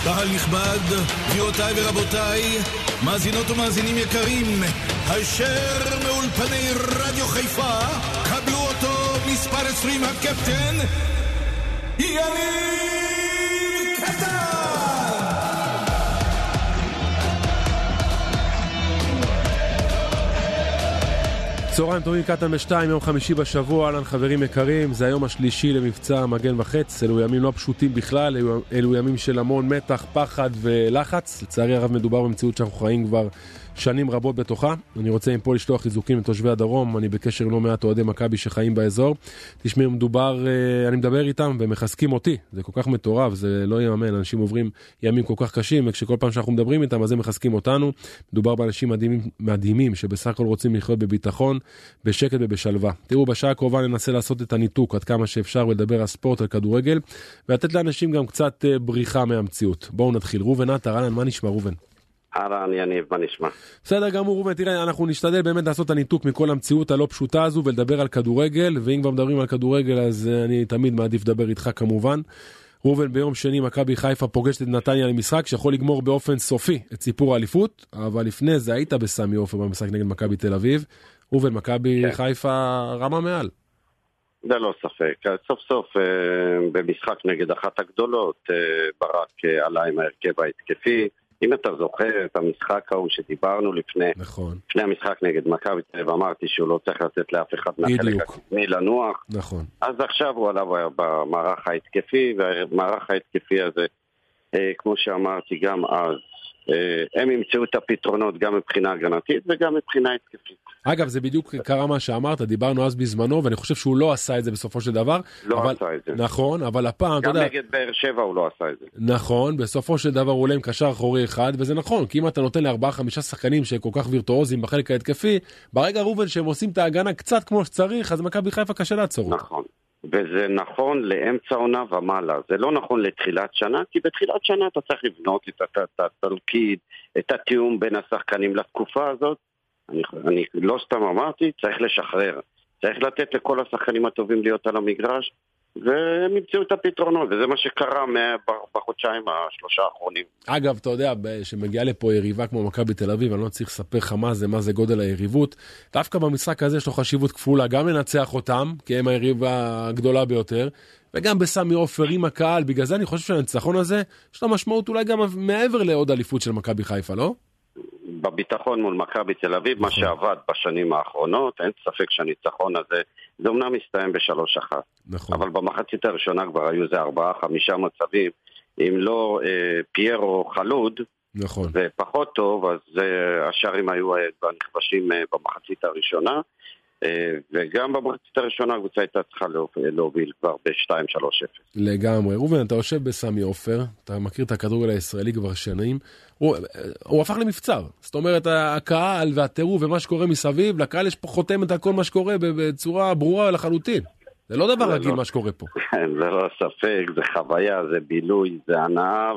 קהל נכבד, גבירותיי ורבותיי, מאזינות ומאזינים יקרים, הישר מאולפני רדיו חיפה, קבלו אותו מספר 20 הקפטן, יניב קטן! צהריים טובים, קטן בשתיים, יום חמישי בשבוע, אהלן חברים יקרים, זה היום השלישי למבצע מגן וחץ, אלו ימים לא פשוטים בכלל, אלו ימים של המון מתח, פחד ולחץ, לצערי הרב מדובר במציאות שאנחנו חיים כבר שנים רבות בתוכה. אני רוצה עם פה לשלוח חיזוקים לתושבי הדרום, אני בקשר לא מעט אוהדי מכבי שחיים באזור. תשמעו, אני מדבר איתם ומחזקים אותי, זה כל כך מטורף, זה לא יאמן, אנשים עוברים ימים כל כך קשים, וכשכל פעם שאנחנו מדברים איתם, אז הם מחזקים אותנו. מדובר באנשים מדהימים שבסך הכל רוצים לחיות בביטחון, בשקט ובשלווה. תראו, בשעה הקרובה ננסה לעשות את הניתוק עד כמה שאפשר ולדבר על ספורט, על כדורגל, ולתת לאנשים גם קצת בריחה מהמציאות. בואו נתחיל. ראובן עטר, אהלן, מה נשמע ראובן? אהלן יניב, מה נשמע? בסדר גמור ראובן, תראה, אנחנו נשתדל באמת לעשות את הניתוק מכל המציאות הלא פשוטה הזו ולדבר על כדורגל, ואם כבר מדברים על כדורגל אז אני תמיד מעדיף לדבר איתך כמובן. ראובן, ביום שני מכבי חיפה פוגשת את נתניה למשחק שיכול לגמור באופן סופי את סיפור האליפות, אבל לפני זה היית בסמי עופר במשחק נגד מכבי תל אביב. ראובן, מכבי חיפה רמה מעל. זה לא ספק, סוף סוף במשחק נגד אחת הגדולות ברק עלה עם ההרכב ההתקפי. אם אתה זוכר את המשחק ההוא שדיברנו לפני המשחק נגד מכבי תל אביב, אמרתי שהוא לא צריך לתת לאף אחד מהחלק הקדמי לנוח. נכון. אז עכשיו הוא עלה במערך ההתקפי, והמערך ההתקפי הזה, כמו שאמרתי גם אז, הם ימצאו את הפתרונות גם מבחינה הגנתית וגם מבחינה התקפית. אגב, זה בדיוק קרה מה שאמרת, דיברנו אז בזמנו, ואני חושב שהוא לא עשה את זה בסופו של דבר. לא עשה את זה. נכון, אבל הפעם, גם נגד באר שבע הוא לא עשה את זה. נכון, בסופו של דבר הוא עולה עם קשר אחורי אחד, וזה נכון, כי אם אתה נותן ל4-5 שחקנים שכל כך וירטואוזים בחלק ההתקפי, ברגע ראובן שהם עושים את ההגנה קצת כמו שצריך, אז מכבי חיפה קשה לעצור. נכון. וזה נכון לאמצע עונה ומעלה, זה לא נכון לתחילת שנה, כי בתחילת שנה אתה צריך לבנות את התלכיד, את התיאום בין השחקנים לתקופה הזאת. אני לא סתם אמרתי, צריך לשחרר, צריך לתת לכל השחקנים הטובים להיות על המגרש, והם ימצאו את הפתרונות, וזה מה שקרה בחודשיים השלושה האחרונים. אגב, אתה יודע, שמגיעה לפה יריבה כמו מכבי תל אביב, אני לא צריך לספר לך מה זה גודל היריבות, דווקא במשחק הזה יש לו חשיבות כפולה, גם לנצח אותם, כי הם היריבה הגדולה ביותר, וגם בסמי עופר עם הקהל, בגלל זה אני חושב שהניצחון הזה, יש לו משמעות אולי גם מעבר לעוד אליפות של מכבי חיפה, לא? בביטחון מול מכבי תל אביב, מה שעבד בשנים האחרונות, אין ספק שהניצחון הזה, זה אומנם מסתיים ב3-1. נכון. אבל במחצית הראשונה כבר היו זה 4-5 מצבים, אם לא פיירו חלוד, נכון. זה פחות טוב, אז השערים היו נכבשים במחצית הראשונה, וגם במחצית הראשונה הקבוצה הייתה צריכה להוביל כבר ב2-3-0. לגמרי. ראובן, אתה יושב בסמי עופר, אתה מכיר את הכדורגל הישראלי כבר שנים, הוא הפך למבצר. זאת אומרת, הקהל והטירוף ומה שקורה מסביב, לקהל יש פה חותמת על כל מה שקורה בצורה ברורה לחלוטין. זה לא דבר רגיל מה שקורה פה. זה לא ספק, זה חוויה, זה בילוי, זה הנאה,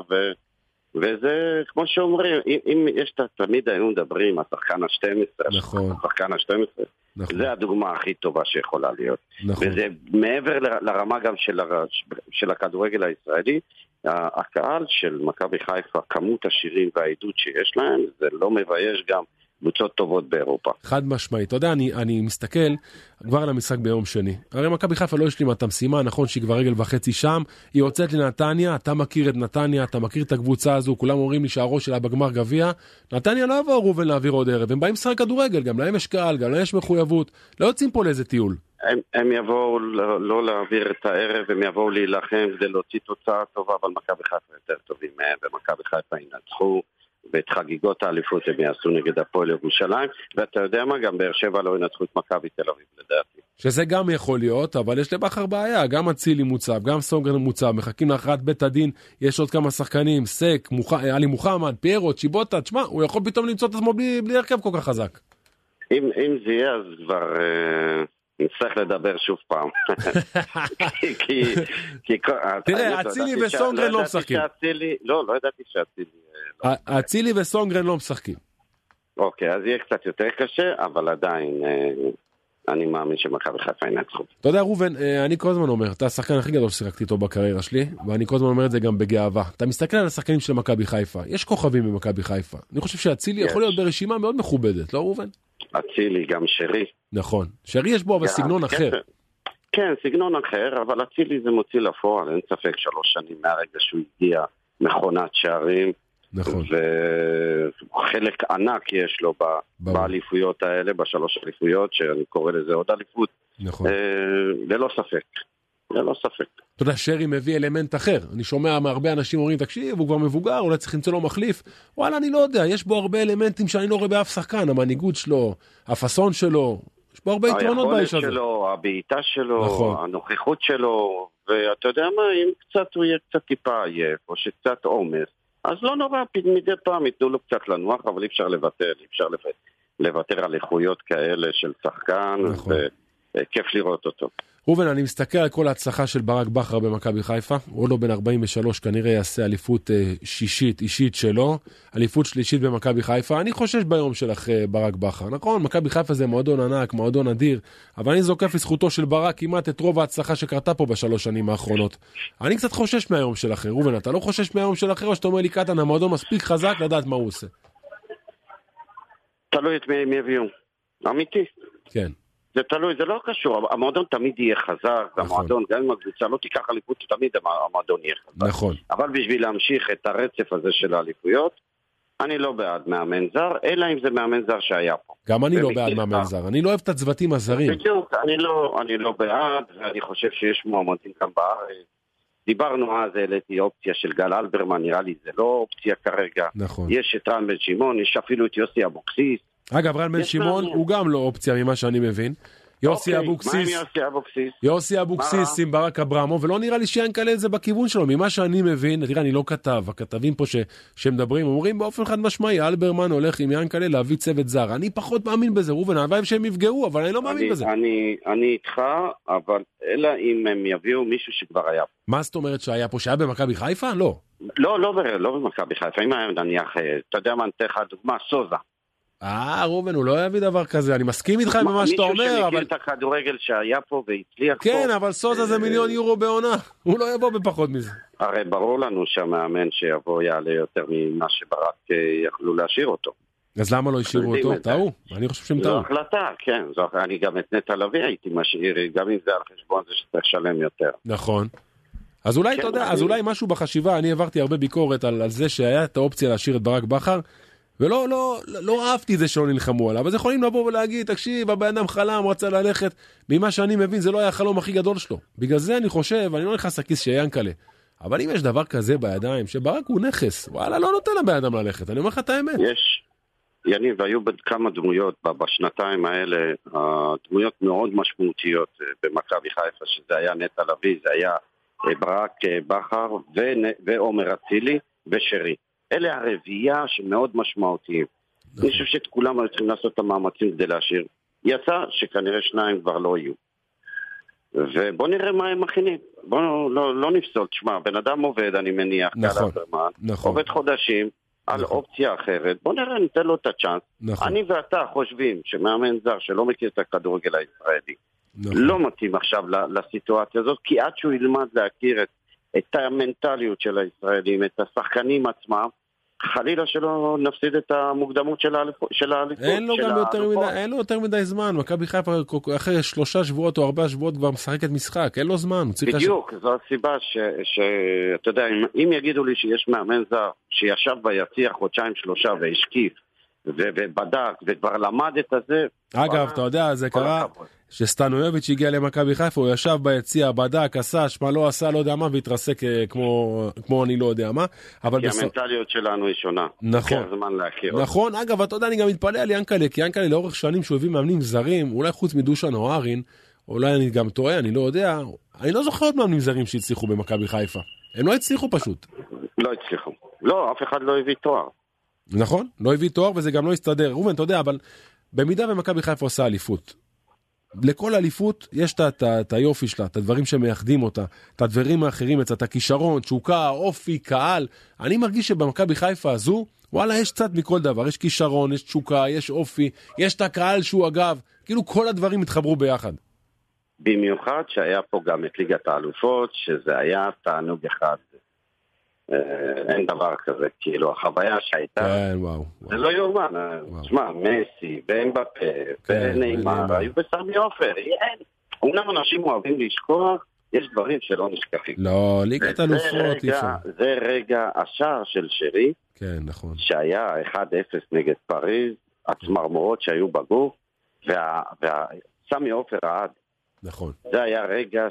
וזה כמו שאומרים, אם יש תמיד היינו מדברים, השחקן ה-12, נכון. השחקן ה-12, נכון. זה הדוגמה הכי טובה שיכולה להיות. נכון. וזה מעבר לרמה גם של הכדורגל הישראלי, הקהל של מכבי חיפה, כמות השירים והעידוד שיש להם, זה לא מבייש גם קבוצות טובות באירופה. חד משמעית. אתה יודע, אני מסתכל כבר על המשחק ביום שני. הרי מכבי חיפה לא השלימה את המשימה, נכון שהיא כבר רגל וחצי שם, היא יוצאת לנתניה, אתה מכיר את נתניה, אתה מכיר את הקבוצה הזו, כולם אומרים לי שהראש שלה בגמר גביע, נתניה לא יבואו ראובן להעביר עוד ערב, הם באים לשחק כדורגל, גם להם יש קהל, גם להם יש מחויבות, לא יוצאים פה לאיזה טיול. הם יבואו לא להעביר את הערב, הם יבואו להילחם כדי להוציא תוצאה טובה, אבל מכבי חיפה יותר טובים מהם, ומכבי חיפה ינצחו, ואת חגיגות האליפות הם יעשו נגד הפועל ירושלים, ואתה יודע מה, גם באר שבע לא ינצחו את מכבי תל אביב לדעתי. שזה גם יכול להיות, אבל יש לבחר בעיה, גם אצילי מוצב, גם סונגרן מוצב, מחכים להכרעת בית הדין, יש עוד כמה שחקנים, סק, עלי מוחמד, פיירו, צ'יבוטה, תשמע, הוא יכול פתאום למצוא את עצמו בלי הרכב כל כך חזק. אם זה יהיה, אז כבר נצטרך לדבר שוב פעם. תראה, אצילי וסונגרן לא משחקים. לא ידעתי שאצילי... אצילי וסונגרן לא משחקים. אוקיי, אז יהיה קצת יותר קשה, אבל עדיין אני מאמין שמכבי חיפה ינצחו. אתה יודע, רובן, אני כל הזמן אומר, אתה השחקן הכי גדול ששיחקתי איתו בקריירה שלי, ואני כל הזמן אומר את זה גם בגאווה. אתה מסתכל על השחקנים של מכבי חיפה, יש כוכבים במכבי חיפה. אני חושב שאצילי יכול להיות ברשימה מאוד מכובדת, לא רובן? אצילי, גם שרי. נכון. שרי יש בו אבל סגנון אחר. כן, סגנון אחר, אבל אצילי זה מוציא לפועל, אין ספק 3 שנים מהרגע שהוא הגיע מכונת שערים. נכון. וחלק ענק יש לו באליפויות האלה, ב3 אליפויות, שאני קורא לזה עוד אליפות. נכון. ללא ספק. ללא ספק. אתה יודע, שרי מביא אלמנט אחר. אני שומע מהרבה אנשים אומרים, תקשיב, הוא כבר מבוגר, אולי צריך למצוא לו מחליף. וואלה, אני לא יודע, יש בו הרבה אלמנטים שאני לא רואה באף שחקן. המנהיגות שלו, הפסון שלו, יש בו הרבה יתרונות באיש הזה. היכולת שלו, הבעיטה שלו, נכון. הנוכחות שלו, ואתה יודע מה, אם קצת הוא יהיה קצת טיפה עייף, או שקצת עומס, אז לא נורא, מדי פעם ייתנו לו קצת לנוח, אבל אי אפשר לוותר על איכויות כאלה של שחקן, נכון. וכיף לראות אותו. רובן, אני מסתכל על כל ההצלחה של ברק בכר במכבי חיפה, הוא לא בן 43, כנראה יעשה אליפות שישית, אישית שלו, אליפות שלישית במכבי חיפה, אני חושש ביום שלך ברק בכר, נכון? מכבי חיפה זה מועדון ענק, מועדון אדיר, אבל אני זוקף לזכותו של ברק כמעט את רוב ההצלחה שקרתה פה ב3 שנים האחרונות. אני קצת חושש מהיום שלך, רובן, אתה לא חושש מהיום שלך, או שאתה אומר לי קטן, המועדון מספיק חזק לדעת מה הוא עושה? תלוי את מי יביאו, אמיתי. כן. זה תלוי, זה לא קשור, המועדון תמיד יהיה חזק, המועדון, גם אם הקבוצה לא תיקח אליפות, תמיד המועדון יהיה חזק. נכון. אבל בשביל להמשיך את הרצף הזה של האליפויות, אני לא בעד מאמן זר, אלא אם זה מאמן זר שהיה פה. גם אני לא בעד מאמן זר, אני לא אוהב את הצוותים הזרים. בדיוק, אני לא בעד, ואני חושב שיש מועמדים כאן בארץ. דיברנו אז, העליתי אופציה של גל אלברמן, נראה לי זה לא אופציה כרגע. נכון. יש את רן בן שמעון, יש אפילו את יוסי אבוקסיס. אגב, רן בן שמעון הוא גם לא אופציה ממה שאני מבין. יוסי אבוקסיס עם ברק אברמוב, ולא נראה לי שיאנקל'ה את זה בכיוון שלו. ממה שאני מבין, תראה, אני לא כתב, הכתבים פה שמדברים, אומרים באופן חד משמעי, אלברמן הולך עם יאנקל'ה להביא צוות זר. אני פחות מאמין בזה, רובן, הלוואי שהם יפגעו, אבל אני לא מאמין בזה. אני איתך, אבל אלא אם הם יביאו מישהו שכבר היה פה. מה זאת אומרת שהיה פה, שהיה במכבי חיפה? לא. לא במכבי חיפה, אם היה נניח, אתה יודע מה, נתן לך דוגמה, סוזה. רובן, הוא לא יביא דבר כזה, אני מסכים איתך במה שאתה אומר, מישהו שמכיר את הכדורגל שהיה פה והצליח פה. כן, אבל סוזה זה €1,000,000 בעונה, הוא לא יבוא בפחות מזה. הרי ברור לנו שהמאמן שיבוא יעלה יותר ממה שברק יכלו להשאיר אותו. אז למה לא השאירו אותו? טעו, אני חושב שהם טעו. זו החלטה, כן, אני גם את נטע לביא הייתי משאיר, גם אם זה על חשבון זה שצריך לשלם יותר. נכון. אז אולי, אתה יודע, אז אולי משהו בחשיבה, אני עברתי הרבה ביקורת על זה שהיה את האופציה להשאיר את ברק בכר, ולא אהבתי את זה שלא נלחמו עליו, אז יכולים לבוא ולהגיד, תקשיב, הבן אדם חלם, רצה ללכת, ממה שאני מבין, זה לא היה החלום הכי גדול שלו. בגלל זה אני חושב, אני לא נכנס לכיס שיאנקל'ה, אבל אם יש דבר כזה בידיים, שברק הוא נכס, וואלה, לא נותן לבן אדם ללכת, אני אומר לך את האמת. יש, יניב, היו כמה דמויות בשנתיים האלה, דמויות מאוד משמעותיות במכבי חיפה, שזה היה נטע לביא, זה היה ברק בכר ועומר אצילי ושרי. אלה הרביעייה שמאוד משמעותיים. אני חושב שאת כולם היו צריכים לעשות את המאמצים כדי להשאיר. יצא שכנראה 2 כבר לא יהיו. ובוא נראה מה הם מכינים. בוא לא נפסול. תשמע, בן אדם עובד, אני מניח, עובד חודשים על אופציה אחרת. בוא נראה, ניתן לו את הצ'אנס. אני ואתה חושבים שמאמן זר שלא מכיר את הכדורגל הישראלי, לא מתאים עכשיו לסיטואציה הזאת, כי עד שהוא ילמד להכיר את המנטליות של הישראלים, את השחקנים עצמם, חלילה שלא נפסיד את המוקדמות של האליפות. אין לו יותר מדי זמן. מכבי חיפה אחרי 3 שבועות או 4 שבועות כבר משחקת משחק, אין לו זמן. בדיוק, זו הסיבה שאתה יודע, אם יגידו לי שיש מאמן זר שישב ביציע 2-3 והשקיף ובדק וכבר למד את זה. אגב, אתה יודע, זה קרה שסטנויביץ' הגיע למכבי חיפה, הוא ישב ביציע, בדק, עשה, שמה לא עשה, לא יודע מה, והתרסק כמו אני לא יודע מה. כי המנטליות שלנו היא שונה. נכון. הזמן להכיר. נכון, אגב, אתה יודע, אני גם מתפלא על יאנקל'ה, כי יאנקל'ה לאורך שנים שהוא הביא מאמנים זרים, אולי חוץ מדושן או ארין, אולי אני גם טועה, אני לא יודע, אני לא זוכר עוד מאמנים זרים שהצליחו במכבי חיפה. הם לא הצליחו פשוט. לא הצליחו. לא, אף אחד לא הביא תואר. נכון, לא הביא תואר וזה גם לא הסתדר. רובן, אתה יודע, אבל במידה ומכבי חיפה עושה אליפות, לכל אליפות יש את היופי שלה, את הדברים שמייחדים אותה, את הדברים האחרים, את הכישרון, תשוקה, אופי, קהל. אני מרגיש שבמכבי חיפה הזו, וואלה, יש קצת מכל דבר, יש כישרון, יש תשוקה, יש אופי, יש את הקהל שהוא אגב, כאילו כל הדברים התחברו ביחד. במיוחד שהיה פה גם את ליגת האלופות, שזה היה תענוג אחד. אין דבר כזה, כאילו החוויה שהייתה, כן, וואו. זה לא יאומן, תשמע, מסי, באמבפה, בניימר, היו בסמי עופר, אומנם אנשים אוהבים לשכוח, יש דברים שלא נשכחים. לא, ליגת אלופות, זה רגע השער של שרי, כן, נכון. שהיה 1-0 נגד פריז, הצמרמורות שהיו בגוף, והסמי עופר העד. נכון. זה היה רגע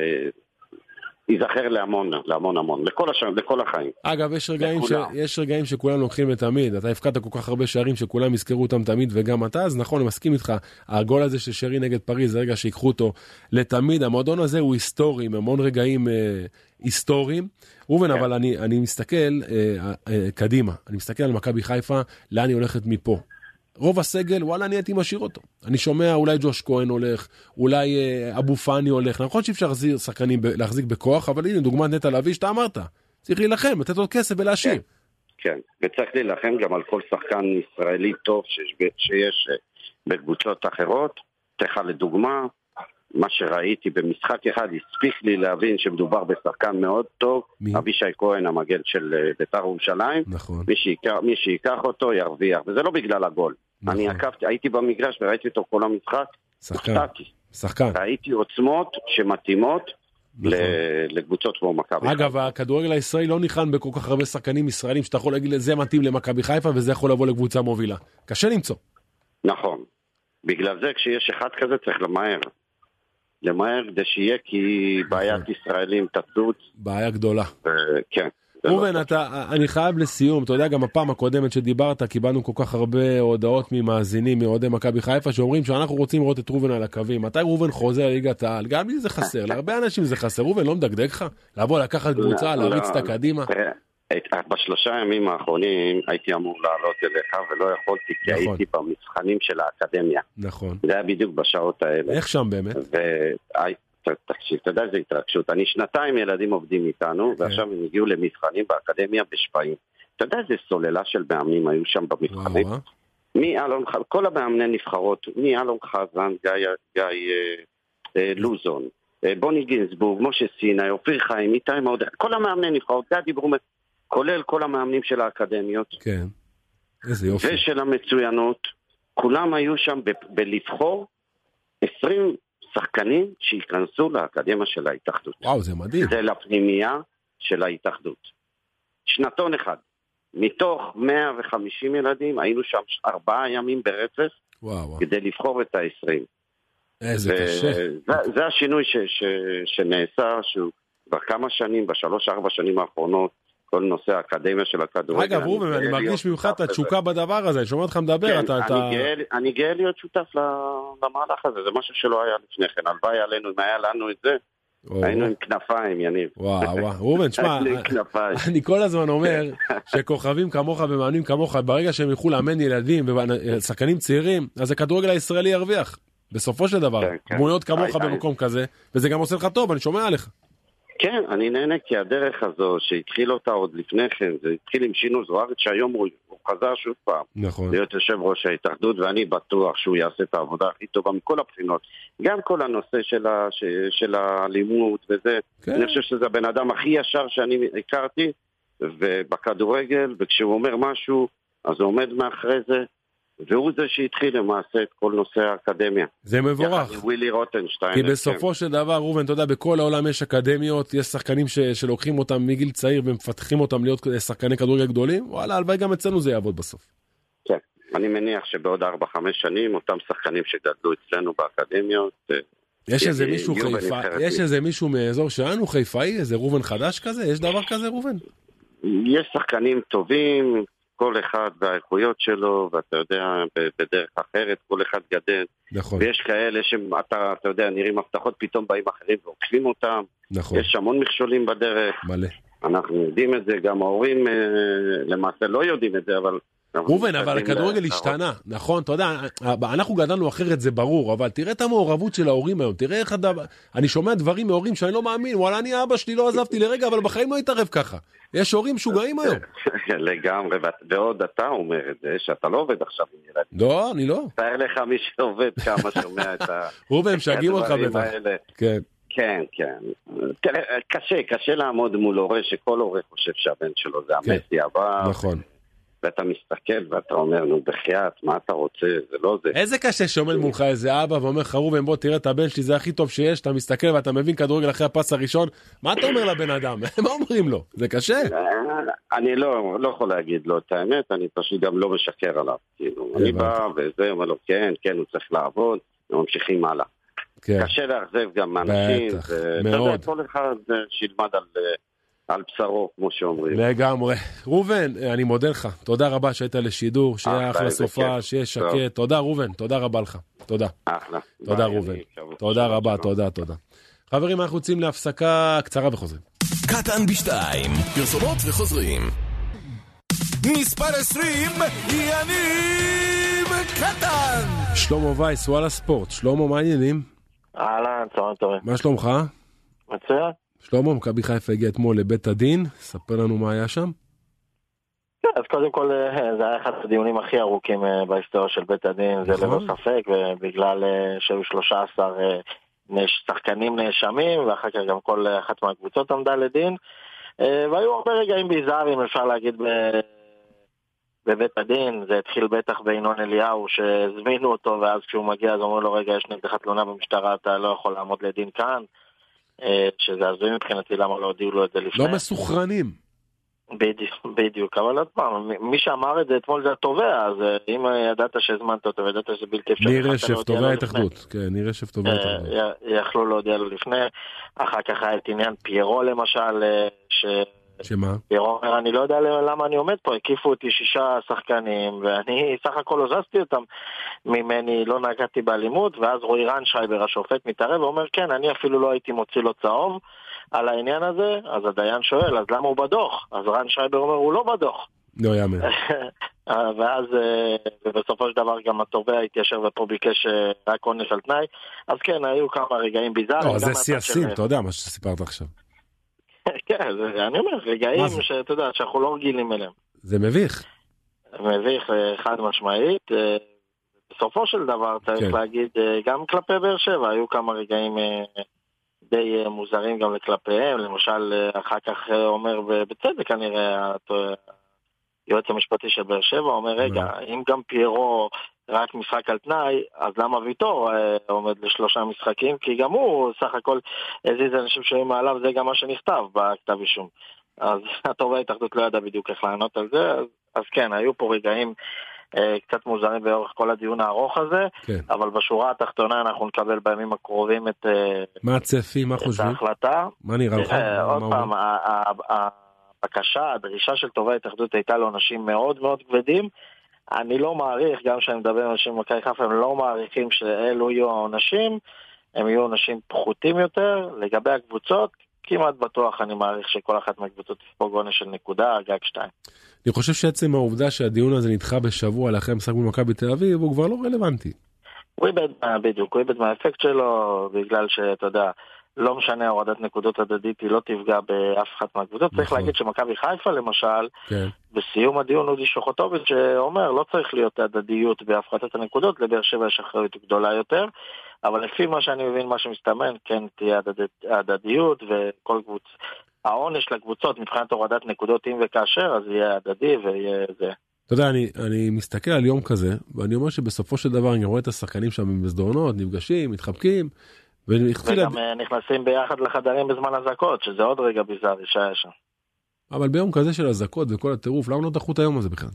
ייזכר להמון, לכל החיים. אגב, יש רגעים שכולם לוקחים לתמיד, אתה הפקדת כל כך הרבה שערים שכולם יזכרו אותם תמיד וגם אתה, אז נכון, אני מסכים איתך, הגול הזה של שרי נגד פריז, זה רגע שיקחו אותו לתמיד, המועדון הזה הוא היסטורי, המון רגעים היסטוריים, רובן, אבל אני מסתכל קדימה, אני מסתכל על מכבי חיפה, לאן היא הולכת מפה. רוב הסגל, וואלה, אני הייתי משאיר אותו. אני שומע, אולי ג'וש כהן הולך, אולי אבו פאני הולך. נכון שאפשר שחקנים להחזיק בכוח, אבל הנה, דוגמת נטע לביא שאתה אמרת. צריך להילחם, לתת עוד כסף ולהשאיר. כן, וצריך להילחם גם על כל שחקן ישראלי טוב שיש בקבוצות אחרות. תכה לדוגמה, מה שראיתי במשחק אחד, הספיק לי להבין שמדובר בשחקן מאוד טוב. אבישי כהן, המגן של בית"ר ירושלים. נכון. מי שיקח אותו ירוויח, וזה לא בגלל הגול. נכון. אני הייתי במגרש וראיתי אותו כל המשחק. שחקן. ראיתי עוצמות שמתאימות לקבוצות כמו מכבי. אגב, הכדורגל הישראלי לא ניחן בכל כך הרבה שחקנים ישראלים שאתה יכול להגיד זה מתאים למכבי חיפה וזה יכול לבוא לקבוצה מובילה. קשה למצוא. נכון. בגלל זה כשיש אחד כזה צריך למהר כדי שיהיה, כי בעיית ישראלים תצוץ. בעיה גדולה. כן. רובן, אני חייב לסיום, אתה יודע, גם הפעם הקודמת שדיברת, קיבלנו כל כך הרבה הודעות ממאזינים, מאוהדי מכבי חיפה, שאומרים שאנחנו רוצים לראות את רובן על הקווים. מתי רובן חוזר ליגת העל? גם לי זה חסר, להרבה אנשים זה חסר. רובן לא מדגדג לך? לבוא, לקחת קבוצה, להריץ את הקדימה? בשלושה ימים האחרונים הייתי אמור לעלות אליך ולא יכולתי, כי הייתי במבחנים של האקדמיה. נכון. זה היה בדיוק בשעות האלה. איך שם באמת? תקשיב, אתה יודע איזה התרגשות. אני שנתיים ילדים עובדים איתנו, ועכשיו הם הגיעו למבחנים באקדמיה בשפיים. אתה יודע איזה סוללה של מאמנים היו שם במבחנים? כל המאמני נבחרות, מאלון חזן, גיא לוזון, בוני גינסבורג, משה סיני, אופיר חיים, איתי מאוד, כל המאמני נבחרות, גדי ברומט, כולל כל המאמנים של האקדמיות. כן, איזה יופי. ושל המצוינות, כולם היו שם בלבחור 20 שחקנים שיכנסו לאקדמיה של ההתאחדות. וואו, זה מדהים. זה לפנימייה של ההתאחדות. שנתון אחד. מתוך 150 ילדים, היינו שם 4 ימים ברצף, וואו. כדי לבחור את ה-20. איזה קשה. זה השינוי שנעשה, שהוא כבר כמה שנים, ב3-4 שנים האחרונות, כל נושא האקדמיה של הכדורגל. אגב, רובן, אני מרגיש מיוחד את התשוקה בדבר הזה, אני שומע אותך מדבר. אני גאה להיות שותף למהלך הזה, זה משהו שלא היה לפני כן. הלוואי עלינו, אם היה לנו את זה, היינו עם כנפיים, יניב. וואו, רובן, שמה, אני כל הזמן אומר שכוכבים כמוך ומאמנים כמוך, ברגע שהם יוכלו לאמן ילדים ושחקנים צעירים, אז הכדורגל הישראלי ירוויח. בסופו של דבר, דמויות כמוך במקום כזה, וזה גם עושה לך טוב, אני שומע עליך. כן, אני נהנה, כי הדרך הזו שהתחיל אותה עוד לפני כן, זה התחיל עם שינו זוארץ, שהיום הוא חזר שוב פעם. נכון. להיות יושב ראש ההתאחדות, ואני בטוח שהוא יעשה את העבודה הכי טובה מכל הבחינות. גם כל הנושא של הלימוד וזה, כן. אני חושב שזה הבן אדם הכי ישר שאני הכרתי, ובכדורגל, וכשהוא אומר משהו, אז הוא עומד מאחרי זה, והוא זה שהתחיל למעשה את כל נושא האקדמיה. זה מבורך. יחד עם ווילי רוטנשטיין. כי בסופו של דבר, רובן, אתה יודע, בכל העולם יש אקדמיות, יש שחקנים שלוקחים אותם מגיל צעיר ומפתחים אותם להיות שחקני כדורגל גדולים, וואלה, הלוואי גם אצלנו זה יעבוד בסוף. כן, אני מניח שבעוד 4-5 שנים, אותם שחקנים שגדלו אצלנו באקדמיות, יש איזה מישהו חיפה, יש איזה מישהו מאזור שלנו, חיפאי, איזה רובן חדש כזה? יש דבר כזה, רובן? יש שחקנים טובים, כל אחד והאיכויות שלו, ואתה יודע, בדרך אחרת, כל אחד גדל. נכון. ויש כאלה שאתה יודע, נראים הבטחות, פתאום באים אחרים ועוקפים אותם. נכון. יש המון מכשולים בדרך. מלא. אנחנו יודעים את זה, גם ההורים למעשה לא יודעים את זה, אבל ראובן, אבל הכדורגל השתנה, נכון? אתה יודע, אנחנו גדלנו אחרת, זה ברור, אבל תראה את המעורבות של ההורים היום, תראה איך אני שומע דברים מהורים שאני לא מאמין, וואלה, אני אבא שלי לא עזבתי לרגע, אבל בחיים לא התערב ככה. יש הורים משוגעים היום. לגמרי, ועוד אתה אומר את זה, שאתה לא עובד עכשיו עם ילדים. לא, אני לא. תאר לך מי שעובד כמה שומע את ראובן, משגעים אותך בטח. כן. כן, כן. תראה, קשה לעמוד מול הורה, שכל הורה חושב שהבן שלו זה המסי הבא. נכון. ואתה מסתכל ואתה אומר, נו בחייאת, מה אתה רוצה? זה לא זה. איזה קשה שעומד מולך איזה אבא ואומר לך, ראובן, בוא תראה את הבן שלי, זה הכי טוב שיש, אתה מסתכל ואתה מבין כדורגל אחרי הפס הראשון, מה אתה אומר לבן אדם? מה אומרים לו? זה קשה. אני לא יכול להגיד לו את האמת, אני פשוט גם לא משקר עליו. אני בא וזה, אומר לו, כן, הוא צריך לעבוד, וממשיכים הלאה. קשה להחזב גם מאנשים. בטח, מאוד. כל אחד שילמד על בשרו, כמו שאומרים. לגמרי. ראובן, אני מודה לך. תודה רבה שהיית לשידור, שיהיה אחלה סופה, שיהיה שקט. תודה ראובן, תודה רבה לך. תודה. אחלה. תודה ראובן. תודה רבה, תודה. חברים, אנחנו יוצאים להפסקה קצרה וחוזרים. קטן בשתיים, פרסומות וחוזרים. מספר 20, יניב קטן. שלמה וייס, וואלה ספורט. שלמה, מה העניינים? אהלן, צהריים טובים. מה שלומך? מצוין. שלמה, מכבי חיפה הגיע אתמול לבית הדין, ספר לנו מה היה שם. כן, אז קודם כל זה היה אחד הדיונים הכי ארוכים בהיסטוריה של בית הדין, זה ללא ספק, ובגלל שהיו 13 שחקנים נאשמים, ואחר כך גם כל אחת מהקבוצות עמדה לדין, והיו הרבה רגעים ביזאריים, אפשר להגיד, בבית הדין. זה התחיל בטח בינון אליהו שהזמינו אותו, ואז כשהוא מגיע אז אומרים לו, רגע, יש נגדך תלונה במשטרה, אתה לא יכול לעמוד לדין כאן, שזה הזוי מבחינתי, למה לא הודיעו לו את זה לפני. לא מסוכרנים. בדיוק, אבל עוד פעם, מי שאמר את זה אתמול זה התובע, אז אם ידעת שהזמנת אותו וידעת שזה בלתי אפשרי, ניר רשף, תובע ההתאחדות. כן, ניר רשף, תובע ההתאחדות. יכלו להודיע לו לפני. אחר כך היה את עניין פיירו למשל, שמה? פיירו אומר, אני לא יודע למה אני עומד פה, הקיפו אותי 6 שחקנים, ואני סך הכל הוזזתי אותם ממני, לא נגעתי באלימות, ואז רועי רנשייבר, השופט, מתערב ואומר, כן, אני אפילו לא הייתי מוציא לו צהוב על העניין הזה. אז הדיין שואל, אז למה הוא בדוח? אז רנשייבר אומר, הוא לא בדוח. לא יאמן. ואז ובסופו של דבר גם התובע התיישר ופה ביקש רק עונש על תנאי. אז כן, היו כמה רגעים ביזאריים. לא, זה סייסים, אתה יודע מה שסיפרת עכשיו. כן, אני אומר, רגעים שאתה יודע, שאנחנו לא רגילים אליהם. זה מביך. מביך חד משמעית. בסופו של דבר צריך להגיד, גם כלפי באר שבע היו כמה רגעים די מוזרים גם לכלפיהם. למשל, אחר כך אומר בצדק כנראה היועץ המשפטי של באר שבע אומר, רגע, אם גם פיירו רק משחק על תנאי, אז למה ויטור עומד ל3 משחקים? כי גם הוא סך הכל הזיז אנשים שהיו מעליו, זה גם מה שנכתב בכתב אישום. אז התובע ההתאחדות לא ידע בדיוק איך לענות על זה, אז כן, היו פה רגעים קצת מוזרים באורך כל הדיון הארוך הזה, אבל בשורה התחתונה אנחנו נקבל בימים הקרובים את מה הצפי, מה חושבים? ההחלטה. מה נראה לך? עוד פעם, הבקשה, הדרישה של תובע ההתאחדות הייתה לעונשים מאוד מאוד כבדים. אני לא מעריך, גם כשאני מדבר עם אנשים במכבי חיפה, הם לא מעריכים שאלו יהיו העונשים, הם יהיו עונשים פחותים יותר. לגבי הקבוצות, כמעט בטוח אני מעריך שכל אחת מהקבוצות תספוג עונש של נקודה, גג 2. אני חושב שעצם העובדה שהדיון הזה נדחה בשבוע לאחרי משחק במכבי תל אביב, הוא כבר לא רלוונטי. הוא איבד מהאפקט שלו, בגלל שאתה יודע, לא משנה, הורדת נקודות הדדית היא לא תפגע באף אחת מהקבוצות. צריך להגיד שמכבי חיפה למשל, בסיום הדיון אודי שוחוטוביץ' שאומר, לא צריך להיות הדדיות בהפחתת הנקודות, לבאר שבע יש אחריות גדולה יותר, אבל לפי מה שאני מבין, מה שמסתמן, כן תהיה הדדיות, וכל קבוצה, העונש לקבוצות מבחינת הורדת נקודות אם וכאשר, אז יהיה הדדי ויהיה זה. אתה יודע, אני מסתכל על יום כזה, ואני אומר שבסופו של דבר אני רואה את השחקנים שם במסדרונות, נפגשים, מתחבקים, וגם נכנסים ביחד לחדרים בזמן הזקות, שזה עוד רגע ביזארי שהיה שם. אבל ביום כזה של הזקות וכל הטירוף, למה לא דחו את היום הזה בכלל?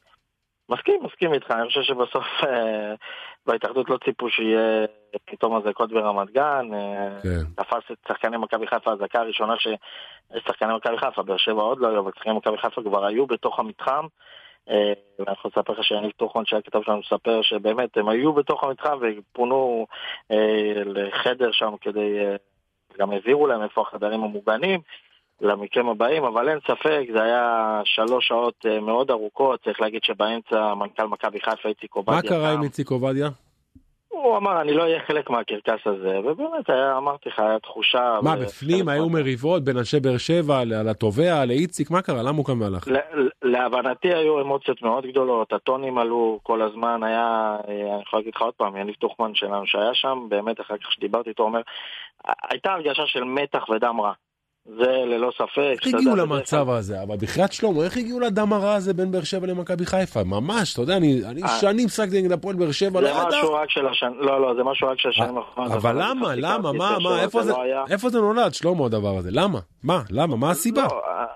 מסכים איתך, אני חושב שבסוף בהתאחדות לא ציפו שיהיה פתאום הזקות ברמת גן, תפס את שחקני מכבי חיפה, הזקה הראשונה ששחקני מכבי חיפה, באר שבע עוד לא היו, אבל שחקני מכבי חיפה כבר היו בתוך המתחם, ואני יכול לספר לך שאני תוכן שהכתב שלנו מספר שבאמת הם היו בתוך המתחם ופונו לחדר שם כדי, גם העבירו להם איפה החדרים המוגנים, למקרים הבאים, אבל אין ספק, זה היה 3 שעות מאוד ארוכות, צריך להגיד שבאמצע מנכ"ל מכבי חיפה איציק עובדיה. מה קרה עם איציק עובדיה? הוא אמר, אני לא אהיה חלק מהקרקס הזה, ובאמת, אמרתי לך, היה תחושה... מה, בפנים היו מריבות בין אנשי באר שבע, לתובע, לאיציק, מה קרה? למה הוא קם והלך? להבנתי היו אמוציות מאוד גדולות, הטונים עלו כל הזמן, היה, אני יכול להגיד לך עוד פעם, יניב טוחמן שלנו שהיה שם, באמת אחר כך שדיברתי איתו, אומר, הייתה הרגשה של מתח ודם רע. זה ללא ספק. איך הגיעו למצב הזה? אבל בחיית שלמה, איך הגיעו לדם הרע הזה בין באר שבע למכבי חיפה? ממש, אתה יודע, אני שנים משחקתי נגד הפועל באר שבע, זה משהו רק של השנים, לא, זה משהו רק של השנים. אבל למה, מה, איפה זה נולד, שלמה, הדבר הזה? למה, מה הסיבה?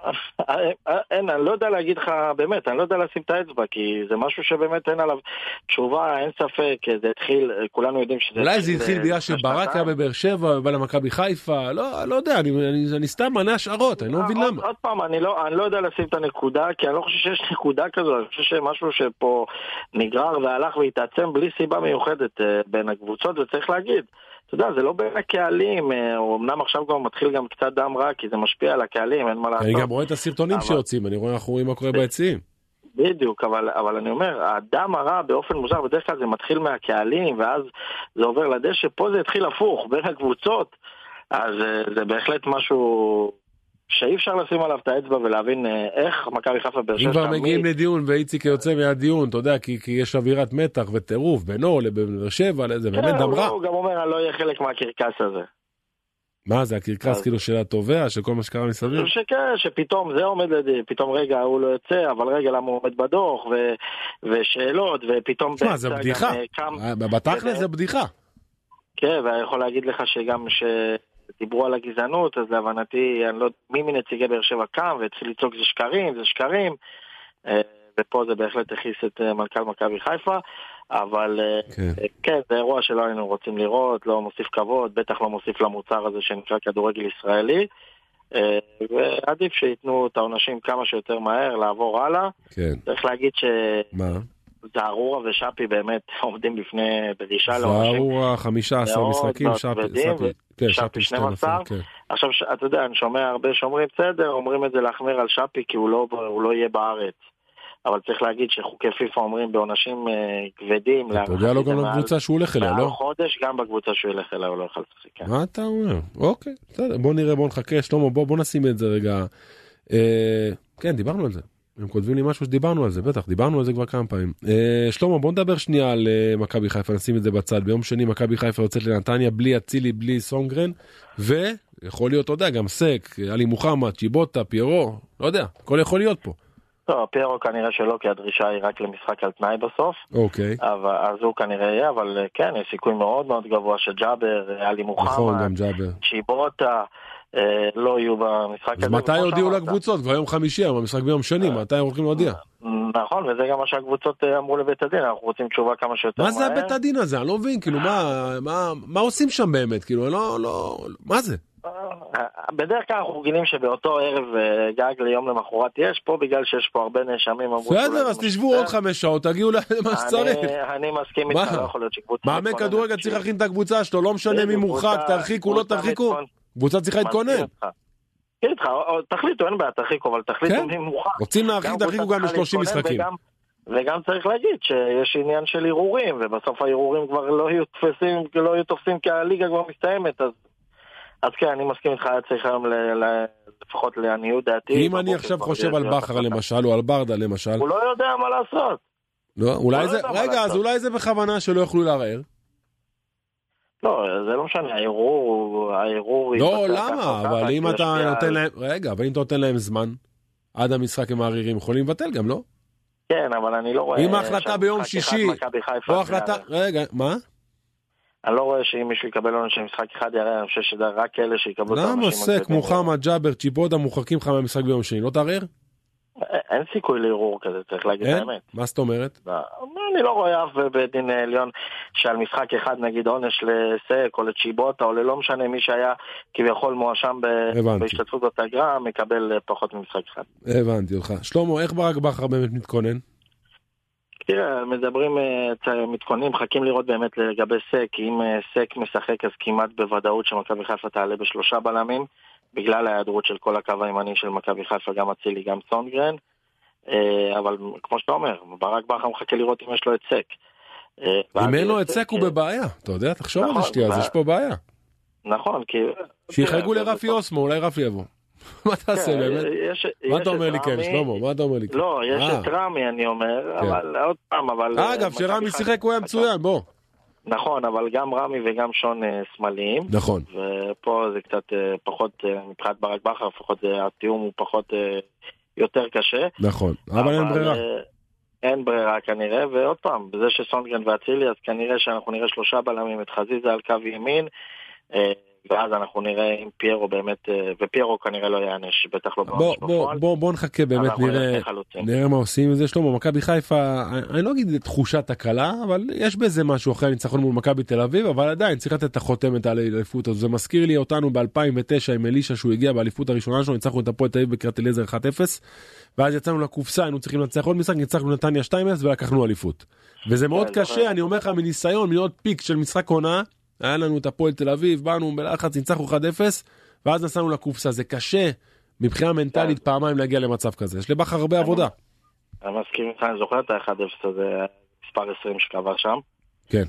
אני לא יודע להגיד לך, באמת, אני לא יודע לשים את האצבע, כי זה משהו שבאמת אין עליו תשובה, אין ספק, זה התחיל, כולנו יודעים שזה... אולי זה התחיל בגלל שברק היה בבאר שבע, ובא למכבי חיפה, לא יודע, אני סתם מענה השערות, אני לא מבין למה. עוד פעם, אני לא יודע לשים את הנקודה, כי אני לא חושב שיש נקודה כזו, אני חושב שמשהו שפה נגרר והלך והתעצם בלי סיבה מיוחדת בין הקבוצות, וצריך להגיד, אתה יודע, זה לא בין הקהלים, או אמנם עכשיו גם מתחיל גם קצת דם רע, כי זה משפיע על הקהלים, אין מה לעשות. אני גם רואה את הסרטונים שיוצאים, אנחנו רואים מה קורה ביציעים. בדיוק, אבל אני אומר, הדם הרע באופן מוזר, בדרך כלל זה מתחיל מהקהלים, ואז זה עובר לדשא, פה זה התחיל הפוך, בין הקבוצות, אז זה בהחלט משהו שאי אפשר לשים עליו את האצבע ולהבין איך מכבי חיפה באר שבע... אם כבר מגיעים לדיון ואיציק יוצא מהדיון, אתה יודע, כי יש אווירת מתח וטירוף בינו לבאר שבע, זה באמת דם רע. הוא גם אומר, אני לא אהיה חלק מהקרקס הזה. מה זה, הקרקס כאילו של התובע, של כל מה שקרה מסביב? שפתאום זה עומד לדין, פתאום רגע הוא לא יוצא, אבל רגע למה הוא עומד בדוח, ושאלות, ופתאום... מה, זה בדיחה. בתכל'ס זה בדיחה. כן, ואני יכול להגיד לך שגם דיברו על הגזענות, אז להבנתי, אני לא יודע מי מנציגי באר שבע קם, והתחיל לצעוק זה שקרים, ופה זה בהחלט הכיס את מנכ"ל מכבי חיפה, אבל כן, זה אירוע שלא היינו רוצים לראות, לא מוסיף כבוד, בטח לא מוסיף למוצר הזה שנקרא כדורגל ישראלי, ועדיף שיתנו את העונשים כמה שיותר מהר, לעבור הלאה. צריך להגיד זערורה ושאפי באמת עומדים בפני דרישה לעונשים. זערורה 15 משחקים, שפי 12. עכשיו, אתה יודע, אני שומע הרבה שאומרים, בסדר, אומרים את זה להחמיר על שפי כי הוא לא יהיה בארץ. אבל צריך להגיד שחוקי פיפה אומרים בעונשים כבדים. אתה יודע לו גם בקבוצה שהוא הולך אליה, לא? חודש גם בקבוצה שהוא הולך אליה, הוא לא יכול לשחק. מה אתה אומר? אוקיי, בסדר, בוא נראה, בוא נחכה, שלמה, בוא נשים את זה רגע. כן, דיברנו על זה. הם כותבים לי משהו שדיברנו על זה, בטח, דיברנו על זה כבר כמה פעמים. שלמה, בוא נדבר שנייה על מכבי חיפה, נשים את זה בצד. ביום שני מכבי חיפה יוצאת לנתניה, בלי אצילי, בלי סונגרן, ויכול להיות, אתה יודע, גם סק, עלי מוחמד, צ'יבוטה, פיירו, לא יודע, הכל יכול להיות פה. לא, פיירו כנראה שלא, כי הדרישה היא רק למשחק על תנאי בסוף. אוקיי. אז הוא כנראה יהיה, אבל כן, יש סיכוי מאוד מאוד גבוה שג'אבר, עלי מוחמד, נכון, גם ג'אבר. צ'יבוטה, לא יהיו במשחק הזה. אז מתי הודיעו לקבוצות? כבר יום חמישי, אבל המשחק ביום שני, מתי הם הולכים להודיע? נכון, וזה גם מה שהקבוצות אמרו לבית הדין, אנחנו רוצים תשובה כמה שיותר מהר. מה זה הבית הדין הזה? אני לא מבין, כאילו, מה עושים שם באמת? כאילו, מה זה? בדרך כלל אנחנו רגילים שבאותו ערב גג ליום למחרת יש פה, בגלל שיש פה הרבה נאשמים. בסדר, אז תשבו עוד 5 שעות, תגיעו למה שצריך. אני מסכים איתך, לא יכול להיות שקבוצה... מאמן כדורגל צריך להכין את הקבוצה שלו, לא משנה מי מורחק, תרחיקו, לא תרחיקו. קבוצה צריכה להתכונן. תחליטו, אין בעיה, תרחיקו, אבל תחליטו מי מורחק. רוצים להרחיק, תרחיקו גם ל30 משחקים. וגם צריך להגיד שיש עניין של ערעורים, ובסוף הערעורים כבר לא יהיו תופסים כי הליגה כבר מסתיימת, אז כן, אני מסכים איתך, צריך היום לפחות לעניות דעתי. אם אני עכשיו חושב על בכר למשל, או על ברדה למשל... הוא לא יודע מה לעשות. רגע, אז אולי זה בכוונה שלא יוכלו לערער? לא, זה לא משנה, הערעור... לא, למה? אבל אם אתה נותן להם... רגע, אבל אם אתה נותן להם זמן, עד המשחק הם מערערים, יכולים לבטל גם, לא? כן, אבל אני לא רואה... אם ההחלטה ביום שישי... או החלטה... רגע, מה? אני לא רואה שאם מישהו יקבל עונש של משחק אחד יראה, אני חושב שזה רק אלה שיקבלו את העונשים. למה סק, מוחמד, ג'אבר, צ'יבוטה מורחקים לך מהמשחק ביום שני, לא תערער? אין סיכוי לערעור כזה, צריך להגיד את האמת. מה זאת אומרת? אני לא רואה אף בדין עליון שעל משחק אחד נגיד עונש לסק או לצ'יבוטה או ללא משנה מי שהיה כביכול מואשם בהשתתפות בתגרה מקבל פחות ממשחק אחד. הבנתי אותך. שלמה, איך ברק בכר באמת מתכונן? תראה, מתכוננים, מחכים לראות באמת לגבי סק, אם סק משחק אז כמעט בוודאות שמכבי חיפה תעלה ב3 בלמים, בגלל ההיעדרות של כל הקו הימני של מכבי חיפה, גם אצילי, גם סונגרן, אבל כמו שאתה אומר, ברק בכר מחכה לראות אם יש לו הצק. אם אין לו הצק הוא בבעיה, אתה יודע, תחשוב על השתי, אז יש פה בעיה. נכון, כי... שיחגו לרפי אוסמו, אולי רפי יבוא. מה תעשה באמת? מה אתה אומר לי כן, שלמה? מה אתה אומר לי כן? לא, יש את רמי, אני אומר, אבל עוד פעם, אבל... אגב, שרמי שיחק הוא היה מצוין, בוא. נכון, אבל גם רמי וגם שון שמאליים. נכון. ופה זה קצת פחות, מבחינת ברק בכר, לפחות התיאום הוא פחות יותר קשה. נכון, אבל אין ברירה. אין ברירה כנראה, ועוד פעם, בזה שסונגרן ואצילי, אז כנראה שאנחנו נראה 3 בלמים, את חזיזה על קו ימין, ואז אנחנו נראה אם פיירו באמת, ופיירו כנראה לא יענש, בטח לא בעונש בפועל. בוא נחכה באמת, נראה מה עושים עם זה. שלמה, מכבי חיפה, אני לא אגיד תחושת הקלה, אבל יש בזה משהו אחרי הניצחון מול מכבי תל אביב, אבל עדיין צריך לתת את החותמת על האליפות הזו. זה מזכיר לי אותנו ב-2009 עם אלישה, שהוא הגיע באליפות הראשונה שלו, ניצחנו את הפועל תל אביב בקריית אליעזר 1-0, ואז יצאנו לקופסה, היינו צריכים לנצח עוד משחק, ניצחנו נתניה 2-0 ולקחנו אליפות. וזה מאוד קשה, אני אומר לך מניסיון, מעוד פיק של משחק עונה, היה לנו את הפועל תל אביב, באנו בלחץ, ניצחנו 1-0, ואז נסענו לקופסה. זה קשה מבחינה מנטלית פעמיים להגיע למצב כזה. יש לבכר הרבה עבודה. אני מסכים איתך, אני זוכר את ה-1-0 הזה, מספר 20 שקבע שם. כן,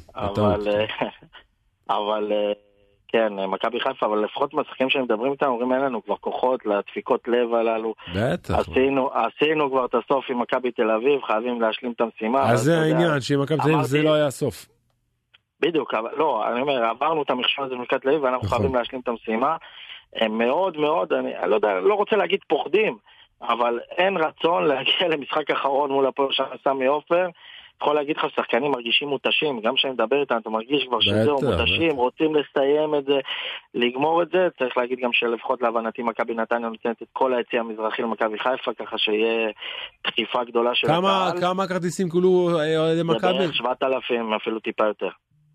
אבל כן, מכבי חיפה, אבל לפחות משחקים שהם מדברים איתם, אומרים אין לנו כבר כוחות לדפיקות לב הללו. בטח. עשינו כבר את הסוף עם מכבי תל אביב, חייבים להשלים את המשימה. אז זה העניין, שעם מכבי תל אביב זה לא היה הסוף. בדיוק, לא, אני אומר, עברנו את המכשול הזה במכבי תל אביב, ואנחנו חייבים להשלים את המשימה. הם מאוד מאוד, אני לא רוצה להגיד פוחדים, אבל אין רצון להגיע למשחק אחרון מול הפועל סמי עופר. יכול להגיד לך, שחקנים מרגישים מותשים, גם כשאני מדבר איתם, אתה מרגיש כבר שזהו מותשים, רוצים לסיים את זה, לגמור את זה. צריך להגיד גם שלפחות להבנתי מכבי נתניה נותנת את כל היציע המזרחי למכבי חיפה, ככה שיהיה דחיפה גדולה של הקהל. כמה כרטיסים כולו למכבי? זה בערך 7,000, אפילו טיפה יותר.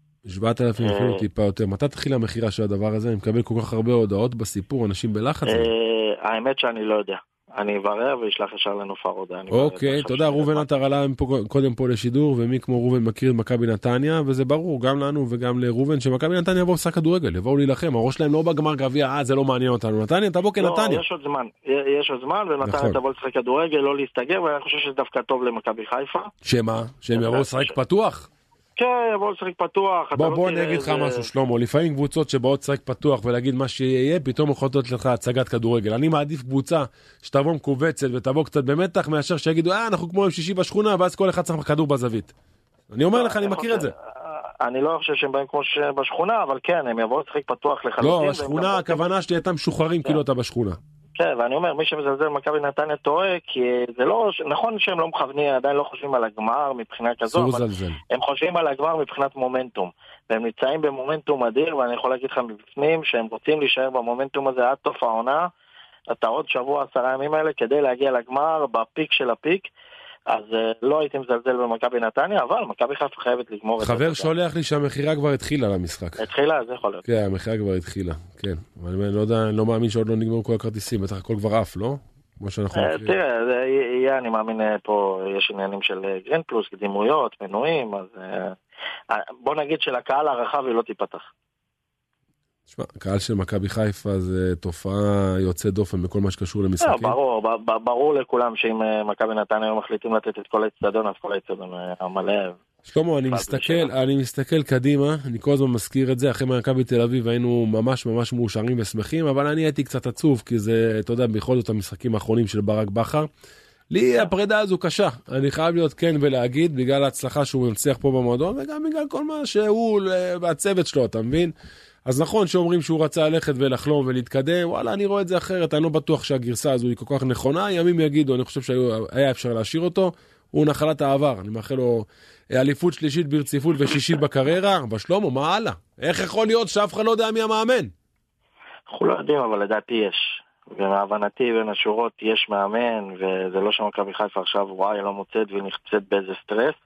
7,000 אפילו טיפה יותר. מתי תתחיל המחירה של הדבר הזה? אני מקבל כל כך הרבה הודעות בסיפור, אנשים בלחץ. האמת שאני לא יודע. אני אברר וישלח ישר לנופר הודעה. אוקיי, תודה. רובן עטר עלה קודם פה לשידור, ומי כמו רובן מכיר את מכבי נתניה, וזה ברור גם לנו וגם לרובן שמכבי נתניה יבואו לשחק כדורגל, יבואו להילחם, הראש שלהם לא בגמר גביע, זה לא מעניין אותנו. נתניה, תבוא כנתניה. יש עוד זמן, ונתניה תבוא לשחק כדורגל, לא להסתגר, ואני חושב שזה דווקא טוב למכבי חיפה. שמה? שהם יבואו לשחק פתוח? כן, יבואו לשחק פתוח. בוא אני אגיד לך משהו, שלמה, לפעמים קבוצות שבאות לשחק פתוח ולהגיד מה שיהיה, פתאום יכולות לתת לך הצגת כדורגל. אני מעדיף קבוצה שתבוא מקובצת ותבוא קצת במתח, מאשר שיגידו, אנחנו כמו עם שישי בשכונה, ואז כל אחד צריך כדור בזווית. אני אומר לך, אני מכיר את זה. אני לא חושב שהם באים כמו בשכונה, אבל כן, הם יבואו לשחק פתוח לחלוטין. לא, השכונה, הכוונה שלי הייתה משוחררים כאילו אתה בשכונה. כן, ואני אומר, מי שמזלזל מכבי נתניה טועה, כי זה לא, נכון שהם לא מכוונים, עדיין לא חושבים על הגמר מבחינה כזו, אבל הם חושבים על הגמר מבחינת מומנטום, והם נמצאים במומנטום אדיר, ואני יכול להגיד לך מבפנים שהם רוצים להישאר במומנטום הזה עד תוף העונה, אתה עוד שבוע 10 ימים האלה, כדי להגיע לגמר בפיק של הפיק, אז לא הייתי מזלזל במכבי נתניה, אבל מכבי חיפה חייבת לגמור את זה. חבר שולח לי שהמחירה כבר התחילה למשחק. התחילה, זה יכול להיות. כן, המחירה כבר התחילה, כן. אבל אני לא מאמין שעוד לא נגמרו כל הכרטיסים, בטח הכל כבר עף, לא? כמו שאנחנו מכירים. תראה, זה יהיה, אני מאמין פה, יש עניינים של גרין פלוס, קדימויות, מנויים, אז בוא נגיד שלקהל הרחב היא לא תיפתח. תשמע, הקהל של מכבי חיפה זה תופעה יוצאת דופן בכל מה שקשור למשחקים. ברור לכולם שאם מכבי נתניה היו מחליטים לתת את כל האצטדיון, אז כל האצטדיון המלא. שלמה, אני מסתכל קדימה, אני כל הזמן מזכיר את זה, אחרי מכבי תל אביב היינו ממש ממש מאושרים ושמחים, אבל אני הייתי קצת עצוב, כי זה, אתה יודע, בכל זאת המשחקים האחרונים של ברק בכר. לי הפרידה הזו קשה, אני חייב להיות כן ולהגיד, בגלל ההצלחה שהוא מנצח פה במועדון, וגם בגלל כל מה שהוא והצוות שלו, אתה מבין? אז נכון שאומרים שהוא רצה ללכת ולחלום ולהתקדם, וואלה, אני רואה את זה אחרת, אני לא בטוח שהגרסה הזו היא כל כך נכונה, ימים יגידו, אני חושב שהיה אפשר להשאיר אותו, הוא נחלת העבר, אני מאחל לו אליפות שלישית ברציפות ושישית בקריירה, בשלומו, מה הלאה? איך יכול להיות שאף אחד לא יודע מי המאמן? אנחנו לא יודעים, אבל לדעתי יש, ומהבנתי בין השורות יש מאמן, וזה לא שמכבי חיפה עכשיו, וואי, לא מוצאת ונחצת באיזה סטרס.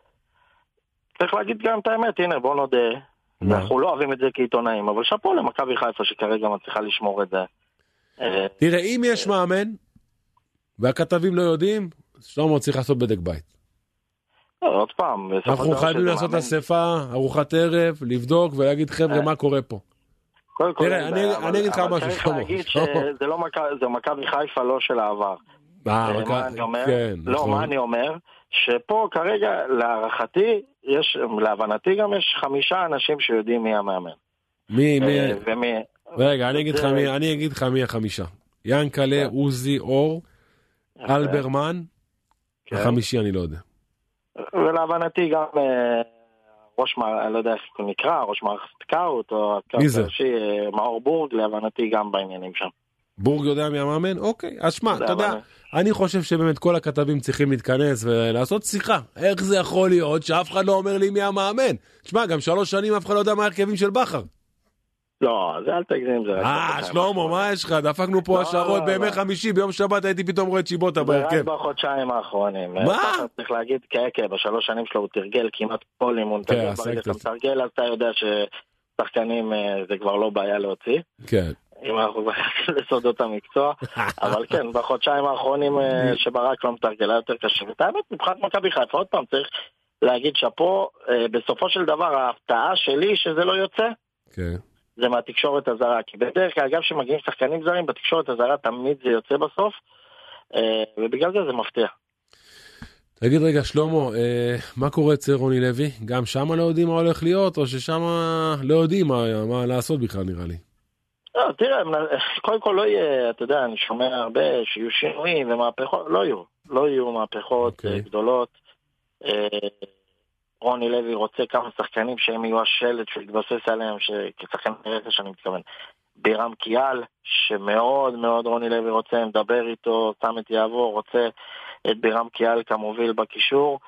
צריך להגיד גם את האמת, הנה, בוא נודה, אנחנו לא אוהבים את זה כעיתונאים, אבל שפו למכבי חיפה שכרגע מצליחה לשמור את זה. תראה, אם יש מאמן, והכתבים לא יודעים, שלמה צריך לעשות בדק בית. עוד פעם. אנחנו חייבים לעשות אספה, ארוחת ערב, לבדוק ולהגיד חבר'ה מה קורה פה. תראה, אני אגיד לך משהו, צריך להגיד שזה מכבי חיפה לא של העבר. מה אני אומר? מה אני אומר? שפה כרגע להערכתי, להבנתי גם יש 5 אנשים שיודעים מי המאמן. מי? רגע, אני אגיד לך מי 5. ינקלה, עוזי, אור, אלברמן, 5 אני לא יודע. ולהבנתי גם אני לא יודע איך הוא נקרא, ראש מערכת סקאוט, או מאור בורג, להבנתי גם בעניינים שם. בורג יודע מי המאמן? אוקיי, אז שמע, אתה יודע, אני חושב שבאמת כל הכתבים צריכים להתכנס ולעשות שיחה. איך זה יכול להיות שאף אחד לא אומר לי מי המאמן? תשמע, גם 3 שנים אף אחד לא יודע מה הרכבים של בכר. לא, זה אל תגזים, זה שלמה, מה יש לך? דפקנו פה השערות בימי חמישי, ביום שבת הייתי פתאום רואה צ'יבוטה בהרכב. זה רק בחודשיים האחרונים. מה? צריך להגיד, ב3 שנים שלו הוא תרגל כמעט כל אימון. ברגע שאתה מתרגל, אז אתה יודע ששחקנים זה כבר לא בעיה להוציא. כן. אם אנחנו כבר לסודות המקצוע. אבל כן, בחודשיים האחרונים שברק לא מתרגל, היה יותר קשה. ותאמת, מבחינת מכבי חיפה, עוד פעם צריך להגיד שפה, בסופו של דבר, ההפתעה שלי שזה לא יוצא. כן. זה מהתקשורת הזרה, כי בדרך כלל, אגב שמגיעים שחקנים זרים, בתקשורת הזרה תמיד זה יוצא בסוף, ובגלל זה מפתיע. תגיד רגע, שלמה, מה קורה אצל רוני לוי? גם שם לא יודעים מה הולך להיות, או ששם לא יודעים מה לעשות בכלל, נראה לי? תראה, קודם כל לא יהיה, אתה יודע, אני שומע הרבה שיהיו שינויים ומהפכות, לא יהיו מהפכות גדולות. רוני לוי רוצה כמה שחקנים שהם יהיו השלט שהתבסס עליהם, כשחקן רכש שאני מתכוון. בירם קיאל, שמאוד מאוד רוני לוי רוצה, מדבר איתו, שם את יעבור, רוצה את בירם קיאל כמוביל בקישור.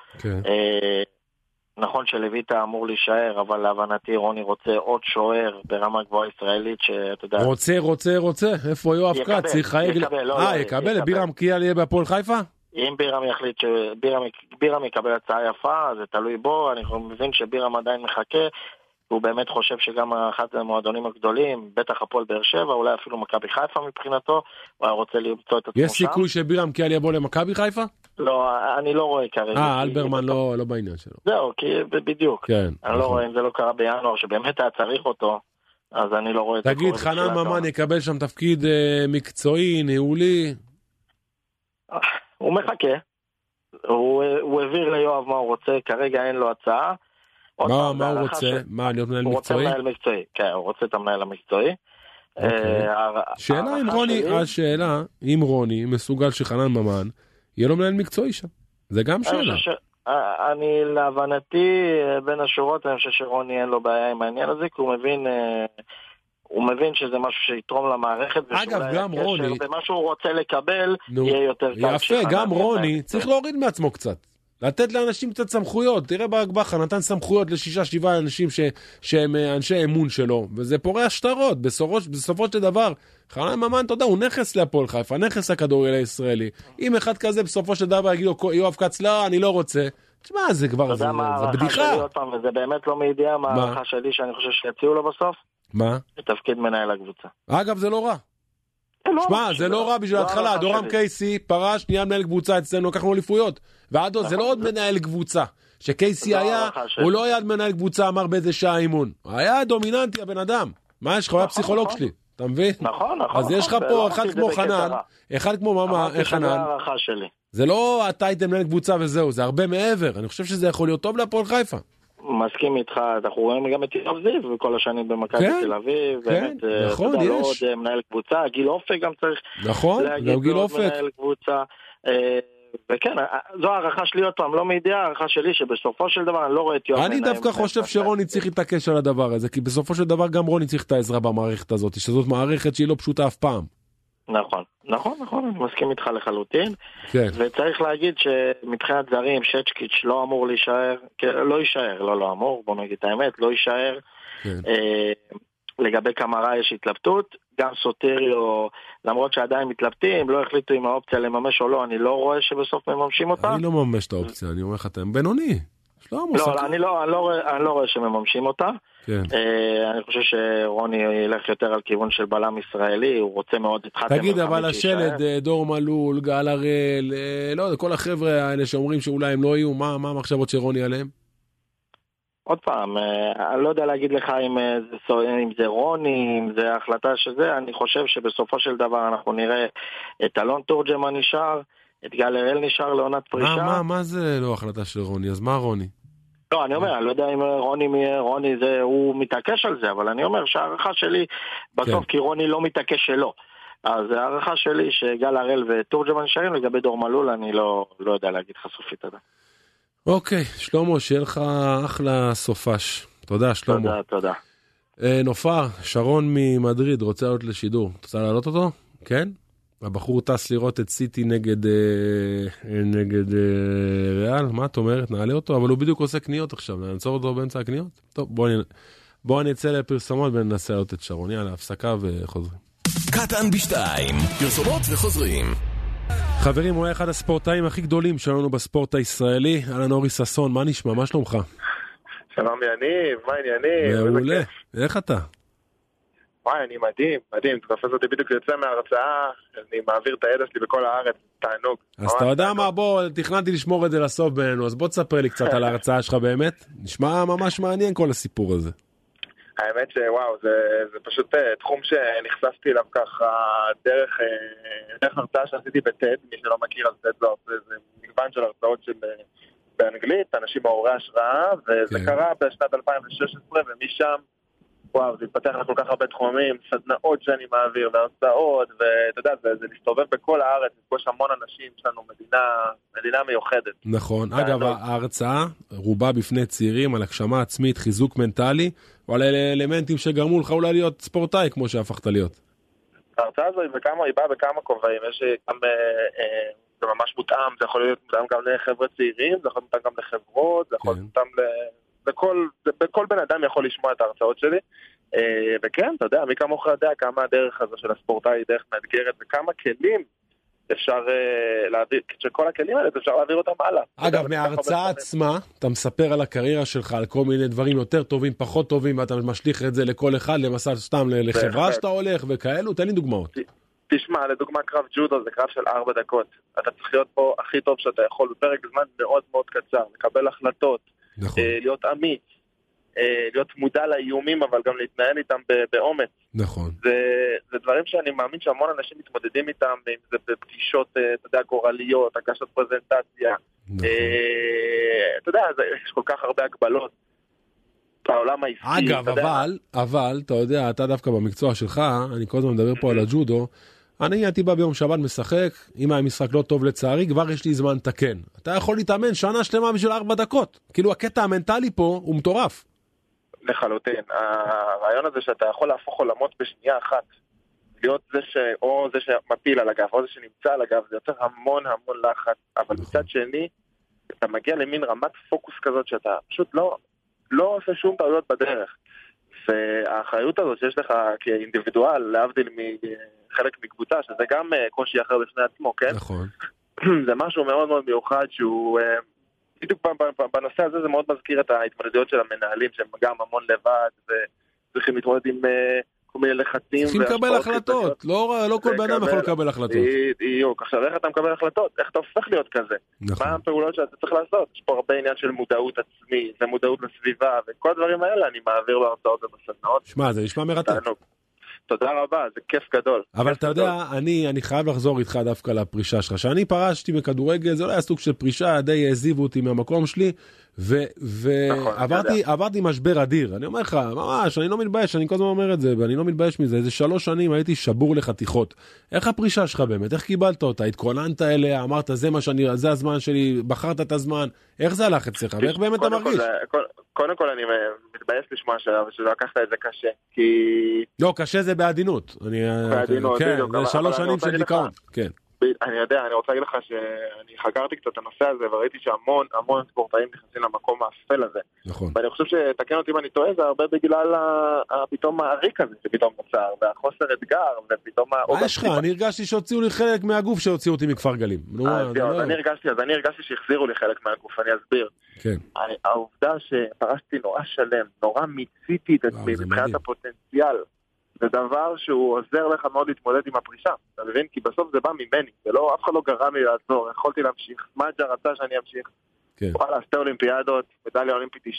נכון שלויטה אמור להישאר, אבל להבנתי רוני רוצה עוד שוער ברמה גבוהה ישראלית, שאתה יודע... רוצה, איפה יואב כץ? יקבל, בירם קיאל יהיה בהפועל חיפה? אם בירם יחליט שבירם יקבל הצעה יפה, זה תלוי בו, אני מבין שבירם עדיין מחכה, הוא באמת חושב שגם אחד המועדונים הגדולים, בטח הפועל באר שבע, אולי אפילו מכבי חיפה מבחינתו, הוא היה רוצה למצוא את עצמו שם. יש סיכוי שבירם קיאל יבוא למכבי חיפה? לא, אני לא רואה כרגע. אלברמן לא בעניין שלו. זהו, בדיוק. אני לא רואה אם זה לא קרה בינואר, שבאמת היה צריך אותו, אז אני לא רואה את זה. תגיד, חנן ממן יקבל שם תפקיד מקצועי, ניהולי? הוא מחכה, הוא העביר ליואב מה הוא רוצה, כרגע אין לו הצעה. מה הוא רוצה? מה, להיות מנהל מקצועי? הוא רוצה מנהל מקצועי, כן, הוא רוצה את המנהל המקצועי. השאלה, אם רוני מסוגל שחנן ממן, יהיה לו מנהל מקצועי שם. זה גם שאלה. אני להבנתי, בין השורות, אני חושב שרוני אין לו בעיה עם העניין הזה, כי הוא מבין שזה משהו שיתרום למערכת, אגב, גם רוני, ומה שהוא רוצה לקבל, יהיה יותר קל. יפה, גם רוני, צריך להוריד מעצמו קצת. לתת לאנשים קצת סמכויות. תראה ברק בכר, נתן סמכויות ל6-7 אנשים שהם אנשי אמון שלו, וזה פורע שטרות. בסופו של דבר, חנן ממן, אתה יודע, הוא נכס להפועל חיפה, נכס הכדורגל הישראלי. אם אחד כזה בסופו של דבר יגיד לו, יואב כץ, לא, אני לא רוצה. תשמע, זה כבר, זה בדיחה. וזה באמת לא מידיעה מה הערכה שלי שאני חושב שיציעו לו בסוף. מה? לתפקיד מנהל הקבוצה. אגב, זה לא רע. שמע, זה לא רע בשביל ההתחלה. דורם קייסי פרש, נהיה מנהל קבוצה אצלנו, לקחנו אליפויות. ועדו, זה לא עוד מנהל קבוצה. שקייסי היה, הוא לא היה מנהל קבוצה, אמר באיזה שעה אימון. היה דומיננטי הבן אדם. מה יש לך? הוא היה פסיכולוג שלי. אתה מבין? נכון. אז יש לך פה אחד כמו חנן, אחד כמו מאמה, חנן. זה לא אתה היית מנהל קבוצה וזהו, זה הרבה מעבר. אני חושב שזה יכול להיות טוב להפועל חיפה. מסכים איתך, אנחנו רואים גם את יואב זיו וכל השנים במכבי תל אביב, באמת, נכון, יש. לא עוד מנהל קבוצה, גיל אופק גם צריך להגיד עוד מנהל קבוצה, וכן, זו הערכה שלי עוד פעם, לא מידיעה, הערכה שלי שבסופו של דבר אני לא רואה את יואב. אני דווקא חושב שרוני צריך להתעקש על הדבר הזה, כי בסופו של דבר גם רוני צריך את העזרה במערכת הזאת, שזאת מערכת שהיא לא פשוטה אף פעם. נכון, אני מסכים איתך לחלוטין, וצריך להגיד שמבחינת זרים, שצ'קיץ' לא אמור להישאר, לא יישאר, לא אמור, בוא נגיד את האמת, לא יישאר, לגבי קמרה יש התלבטות, גם סוטריו, למרות שעדיין מתלבטים, לא החליטו אם האופציה לממש או לא, אני לא רואה שבסוף מממשים אותה. אני לא ממש את האופציה, אני אומר לך, אתם בינוני. אני לא רואה שמממשים אותה. אני חושב שרוני ילך יותר על כיוון של בלם ישראלי, הוא רוצה מאוד את חתם. תגיד, אבל השלד, דור מלול, גל הראל, לא יודע, כל החבר'ה האלה שאומרים שאולי הם לא יהיו, מה המחשבות שרוני עליהם? עוד פעם, אני לא יודע להגיד לך אם זה רוני, אם זה החלטה שזה, אני חושב שבסופו של דבר אנחנו נראה את אלון תורג'מן נשאר, את גל הראל נשאר לעונת פרישה. מה זה לא החלטה של רוני? אז מה רוני? לא, אני אומר, אני לא יודע אם רוני זה, הוא מתעקש על זה, אבל אני אומר שהערכה שלי בסוף, כי רוני לא מתעקש שלו. אז הערכה שלי שגל הראל ותורג'מן נשארים, לגבי דור מלול אני לא יודע להגיד לך סופית עדיין. אוקיי, שלמה, שיהיה לך אחלה סופש. תודה, שלמה. תודה. נופר, שרון ממדריד, רוצה לעלות לשידור. אתה רוצה לעלות אותו? כן? הבחור טס לראות את סיטי נגד ריאל. מה את אומרת? נעלה אותו, אבל הוא בדיוק עושה קניות עכשיו. נעצור אותו באמצע הקניות? טוב, בואו נצא לפרסומות וננסה לעלות את שרון. יאללה, הפסקה וחוזרים. קטן בשתיים, פרסומות וחוזרים. חברים, הוא היה אחד הספורטאים הכי גדולים שלנו בספורט הישראלי. אהלן אורי ששון, מה נשמע? מה שלומך? שלום יניב, מה עניינים? מעולה, איך אתה? וואי, אני מדהים, תופס אותי בדיוק יוצא מההרצאה, אני מעביר את הידע שלי בכל הארץ, תענוג. אז אתה יודע מה, בוא, תכננתי לשמור את זה לסוף בינינו, אז בוא תספר לי קצת על ההרצאה שלך באמת. נשמע ממש מעניין כל הסיפור הזה. האמת שוואו, זה פשוט תחום שנחשפתי אליו ככה דרך הרצאה שעשיתי בטד, מי שלא מכיר על טד זה מגוון של הרצאות באנגלית, אנשים מעוררי השראה, וזה קרה בשנת 2016, ומשם, וואו, זה התפתח לכל כך הרבה תחומים, סדנאות שאני מעביר, והרצאות, ואתה יודע, זה להסתובב בכל הארץ, לפגוש המון אנשים, יש לנו מדינה מיוחדת. נכון, אגב, ההרצאה רובה בפני צעירים על הגשמה עצמית, חיזוק מנטלי, או על אלמנטים שגרמו לך אולי להיות ספורטאי, כמו שהפכת להיות. ההרצאה הזו היא באה בכמה כובעים, יש גם, זה ממש מותאם, זה יכול להיות מותאם גם לחבר'ה צעירים, זה יכול להיות מותאם גם לחברות, זה יכול להיות מותאם בכל בן אדם יכול לשמוע את ההרצאות שלי, וכן, אתה יודע, מי כמוך יודע כמה הדרך הזו של הספורטאי היא דרך מאתגרת, וכמה כלים אפשר להעביר, שכל הכלים האלה אפשר להעביר אותם הלאה. אגב, מההרצאה עצמה, אתה מספר על הקריירה שלך, על כל מיני דברים יותר טובים, פחות טובים, ואתה משליך את זה לכל אחד, למשל סתם לחברה שאתה הולך וכאלו, תן לי דוגמאות. תשמע, לדוגמה קרב ג'ודו זה קרב של 4 דקות, אתה צריך להיות פה הכי טוב שאתה יכול, בפרק זמן מאוד מאוד קצר, לקבל החלטות, להיות אמיץ, להיות מודע לאיומים, אבל גם להתנהל איתם באומץ. נכון. זה דברים שאני מאמין שהמון אנשים מתמודדים איתם, אם זה בפגישות, אתה יודע, גורליות, הגשת פרזנטציה. נכון. אתה יודע, יש כל כך הרבה הגבלות בעולם העסקי. אגב, אבל, אתה יודע, אתה דווקא במקצוע שלך, אני כל הזמן מדבר פה על הג'ודו, אני הייתי בא ביום שבת משחק, אם היה משחק לא טוב לצערי, כבר יש לי זמן תקן. אתה יכול להתאמן שנה שלמה בשביל 4 דקות. כאילו הקטע המנטלי פה הוא מטורף. לחלוטין. הרעיון הזה שאתה יכול להפוך עולמות בשנייה אחת, להיות או זה שמפיל על הגב, או זה שנמצא על הגב, זה יוצר המון לחץ, אבל מצד שני, אתה מגיע למין רמת פוקוס כזאת שאתה פשוט לא עושה שום טעויות בדרך. והאחריות הזאת שיש לך כאינדיבידואל, להבדיל מחלק מקבוצה, שזה גם קושי אחר בפני עצמו, כן? נכון. זה משהו מאוד מאוד מיוחד שהוא, בדיוק בנושא הזה זה מאוד מזכיר את ההתמודדויות של המנהלים, שהם גם המון לבד, וצריכים להתמודד עם כל מיני לחצים. צריכים לקבל החלטות, לא כל בן אדם יכול לקבל החלטות. בדיוק, עכשיו איך אתה מקבל החלטות? איך אתה הופך להיות כזה? מה הפעולות שאתה צריך לעשות? יש פה הרבה עניין של מודעות עצמית, ומודעות לסביבה, וכל הדברים האלה אני מעביר בהרצאות ובסדנאות. שמע, זה נשמע מרתק. תודה רבה, זה כיף גדול. אבל אתה יודע, אני חייב לחזור איתך דווקא לפרישה שלך. שאני פרשתי בכדורגל, זה לא היה סוג של פרישה, די העזיבו אותי מהמקום שלי, ועברתי משבר אדיר. אני אומר לך, ממש, אני לא מתבייש, אני כל הזמן אומר את זה, ואני לא מתבייש מזה. איזה 3 שנים הייתי שבור לחתיכות. איך הפרישה שלך באמת? איך קיבלת אותה? התכוננת אליה, אמרת, זה הזמן שלי, בחרת את הזמן. איך זה הלך אצלך? ואיך באמת אתה מרגיש? קודם כל אני מתבייש לשמוע שלקחת את זה קשה, כי... לא, קשה זה בעדינות. בעדינות, כן, זה 3 שנים של דיכאון. כן. אני יודע, אני רוצה להגיד לך שאני חקרתי קצת את הנושא הזה, וראיתי שהמון ספורטאים נכנסים למקום האפל הזה. נכון. ואני חושב שתקן אותי אם אני טועה, זה הרבה בגלל פתאום הריק הזה שפתאום נוצר, והחוסר אתגר, ופתאום... מה יש לך? אני הרגשתי שהוציאו לי חלק מהגוף שהוציאו אותי מכפר גלים. אז אני הרגשתי שהחזירו לי חלק מהגוף, אני אסביר. כן. העובדה שפרשתי נורא שלם, נורא מיציתי את עצמי מבחינת הפוטנציאל, זה דבר שהוא עוזר לך מאוד להתמודד עם הפרישה, אתה מבין? כי בסוף זה בא ממני, זה לא, אף אחד לא גרם לי לעזור, יכולתי להמשיך, מג'ה רצה שאני אמשיך, וואלה, 2 אולימפיאדות, מדליה אולימפית אישית,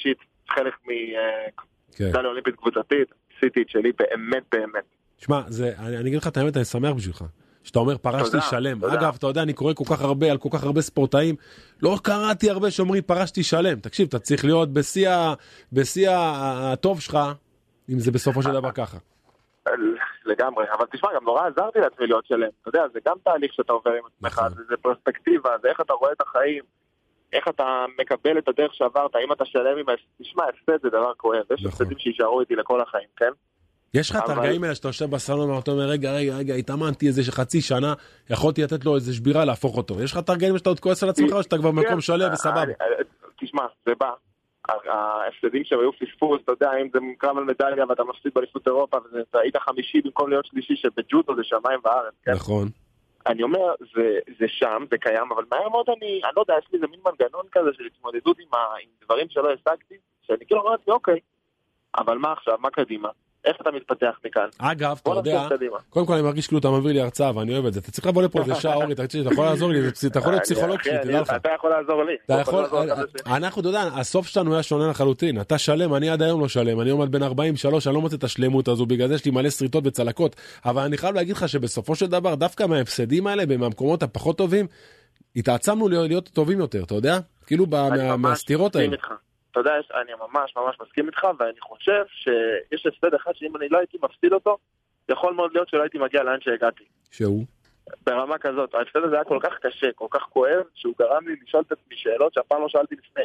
חלק מדליה אולימפית קבוצתית, עשיתי את שלי באמת באמת. שמע, אני אגיד לך את האמת, אני שמח בשבילך. שאתה אומר, פרשתי שלם. אגב, אתה יודע, אני קורא כל כך הרבה על כל כך הרבה ספורטאים, לא קראתי הרבה שאומרים, פרשתי שלם. תקשיב, אתה צריך להיות בשיא הטוב שלך, אם זה בסופו של דבר ככה. לגמרי, אבל תשמע, גם נורא עזרתי לעצמי להיות שלם. אתה יודע, זה גם תהליך שאתה עובר עם עצמך, זה פרספקטיבה, זה איך אתה רואה את החיים, איך אתה מקבל את הדרך שעברת, אם אתה שלם עם תשמע, הפסד זה דבר כואב, יש הפסדים שישארו איתי לכל החיים, כן? יש לך את הרגעים האלה שאתה יושב בסלון ואתה אומר, רגע, התאמנתי איזה חצי שנה, יכולתי לתת לו איזה שבירה להפוך אותו. יש לך את הרגעים שאתה עוד כועס על עצמך או שאתה כבר במקום שלם וסבבה? תשמע, זה בא. ההפסדים שהיו פספוס, אתה יודע, אם זה קרב על מדליה ואתה מפסיד באליפות אירופה ואתה היית חמישי במקום להיות שלישי, שבג'ודו זה שמיים וארץ, כן? נכון. אני אומר, זה שם, זה קיים, אבל מהר מאוד אני לא יודע, יש לי איזה מין מנגנון כזה של התמודדות עם דברים שלא השגתי, שאני כאילו אומרת לי, אוקיי, אבל מה עכשיו, מה קדימה? איך אתה מתפתח מכאן? אגב, אתה יודע, קודם כל אני מרגיש כאילו אתה מביא לי הרצאה ואני אוהב את זה. אתה צריך לבוא לפה איזה שעה, אורי, אתה יכול לעזור לי, אתה יכול להיות פסיכולוג שלי, תדע לך. אתה יכול לעזור לי. אנחנו, אתה יודע, הסוף שלנו היה שונה לחלוטין. אתה שלם, אני עד היום לא שלם. אני עומד בין 43, אני לא מוצא את השלמות הזו, בגלל זה יש לי מלא שריטות וצלקות. אבל אני חייב להגיד לך שבסופו של דבר, דווקא מההפסדים האלה, במקומות הפחות טובים, התעצמנו להיות טובים יותר, אתה יודע? כאילו מהסתירות האלה. אתה יודע, אני ממש מסכים איתך, ואני חושב שיש הפסד אחד שאם אני לא הייתי מפסיד אותו, יכול מאוד להיות שלא הייתי מגיע לאן שהגעתי. שהוא? ברמה כזאת. ההפסד הזה היה כל כך קשה, כל כך כואב, שהוא גרם לי לשאול את עצמי שאלות שהפעם לא שאלתי לפני.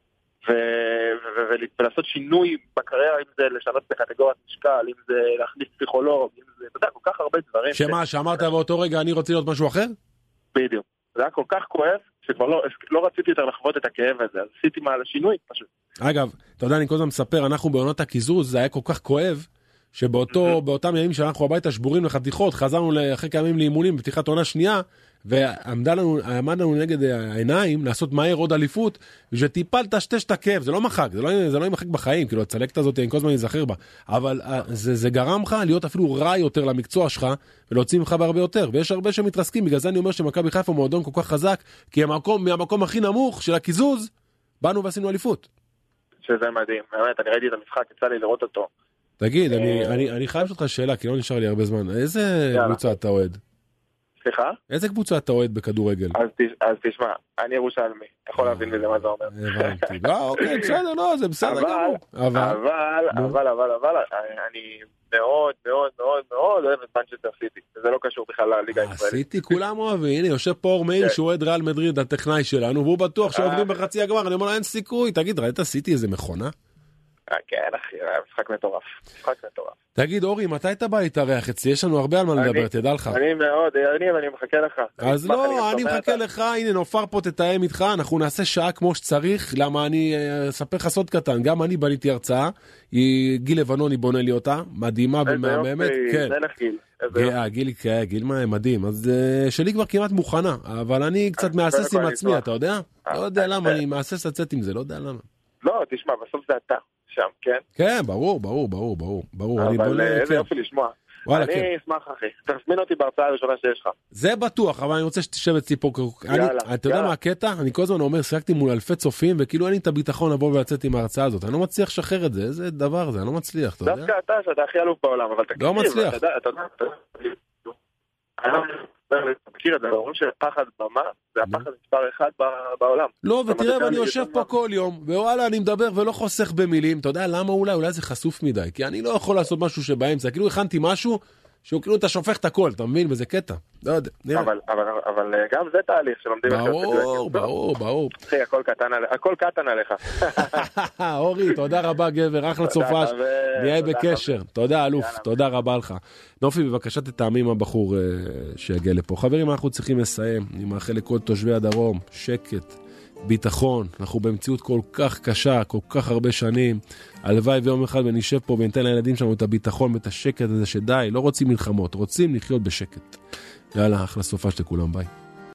ולעשות שינוי בקריירה, אם זה לשנות בקטגוריית משקל, אם זה להכניס פסיכולוג, אם זה, אתה יודע, כל כך הרבה דברים. שמה, שאמרת באותו רגע, אני רוצה להיות משהו אחר? בדיוק. זה היה כל כך כואב, שכבר לא רציתי יותר לחוות את הכאב הזה, אז עשיתי מעל השינוי פשוט. אגב, אתה יודע, אני כל הזמן מספר, אנחנו בעונות הקיזוז, זה היה כל כך כואב, שבאותם ימים שאנחנו הביתה שבורים לחתיכות, חזרנו אחרי כמה ימים לאימונים בפתיחת עונה שנייה, ועמד לנו נגד העיניים לעשות מהר עוד אליפות, ושטיפה לטשטש את הכאב, זה לא מחק, זה לא ימחק בחיים, כאילו הצלקת הזאת אני כל הזמן אזכר בה, אבל זה גרם לך להיות אפילו רע יותר למקצוע שלך, ולהוציא ממך בהרבה יותר, ויש הרבה שמתרסקים, בגלל זה אני אומר שמכבי חיפה מועדון כל כך חזק, כי מהמקום הכי נמוך של הקיזוז, באנו ועשינו אליפות. שזה מדהים, באמת, אני ראיתי את המשחק, יצא לי לראות אותו. תגיד, אני חייב לשאול אותך שאלה, כי לא נשאר לי הרבה זמן, איזה קבוצה אתה אוהד? סליחה? איזה קבוצה אתה אוהד בכדורגל? אז תשמע, אני ירושלמי, יכול להבין מזה מה זה אומר. הבנתי, אוקיי, בסדר, לא, זה בסדר גמור. אבל, אני מאוד מאוד מאוד מאוד אוהב את מנצ'סטר סיטי, זה לא קשור בכלל לליגה הישראלית. סיטי כולם אוהבים, הנה יושב פה אור מאיר שהוא אוהד ריאל מדריד, הטכנאי שלנו, והוא בטוח שעובדים בחצי הגמר, אני אומר לו אין סיכוי, תגיד, ראית סיטי איזה מכונה? כן אחי, משחק מטורף, תגיד אורי, מתי אתה בא להתארח אצלי? יש לנו הרבה על מה לדבר, תדע לך. אני מאוד, אני מחכה לך. אז לא, אני מחכה לך, הנה נופר פה תתאם איתך, אנחנו נעשה שעה כמו שצריך, למה אני אספר לך סוד קטן, גם אני בניתי הרצאה, גיל לבנוני בונה לי אותה, מדהימה באמת, כן. גיל מדהים, אז שלי כבר כמעט מוכנה, אבל אני קצת מאסס עם עצמי, אתה יודע? לא יודע למה, אני מאסס לצאת עם זה, לא יודע למה. לא, תשמע, בסוף זה אתה. שם, כן? כן, ברור. אבל איזה יופי לשמוע. אני אשמח, אחי. תזמין אותי בהרצאה הראשונה שיש לך. זה בטוח, אבל אני רוצה שתשב אצלי פה. אתה יודע מה הקטע? אני כל הזמן אומר, שיחקתי מול אלפי צופים, וכאילו אין לי את הביטחון לבוא ולצאת עם ההרצאה הזאת. אני לא מצליח לשחרר את זה. איזה דבר זה? אני לא מצליח, אתה יודע? דווקא אתה, שאתה הכי אלוף בעולם, אבל תקשיב. לא מצליח. אתה מכיר את זה, אומרים שפחד במה זה הפחד מספר אחד בעולם. לא, ותראה, אני יושב פה כל יום, ווואלה, אני מדבר ולא חוסך במילים. אתה יודע למה אולי זה חשוף מדי, כי אני לא יכול לעשות משהו שבאמצע, כאילו הכנתי משהו שהוא כאילו אתה שופך את הכל, אתה מבין? וזה קטע. לא יודע, נראה. אבל גם זה תהליך שלומדים. ברור. אחי, הכל קטן עליך. אורי, תודה רבה גבר, אחלה צופש. נהיה בקשר. תודה אלוף, תודה רבה לך. נופי, בבקשה תתאמים הבחור שיגיע לפה. חברים, אנחנו צריכים לסיים. אני מאחל לכל תושבי הדרום, שקט, ביטחון. אנחנו במציאות כל כך קשה, כל כך הרבה שנים. הלוואי ויום אחד ונשב פה וניתן לילדים שלנו את הביטחון ואת השקט הזה שדי, לא רוצים מלחמות, רוצים לחיות בשקט. יאללה, אחלה סופה שתכולם, ביי.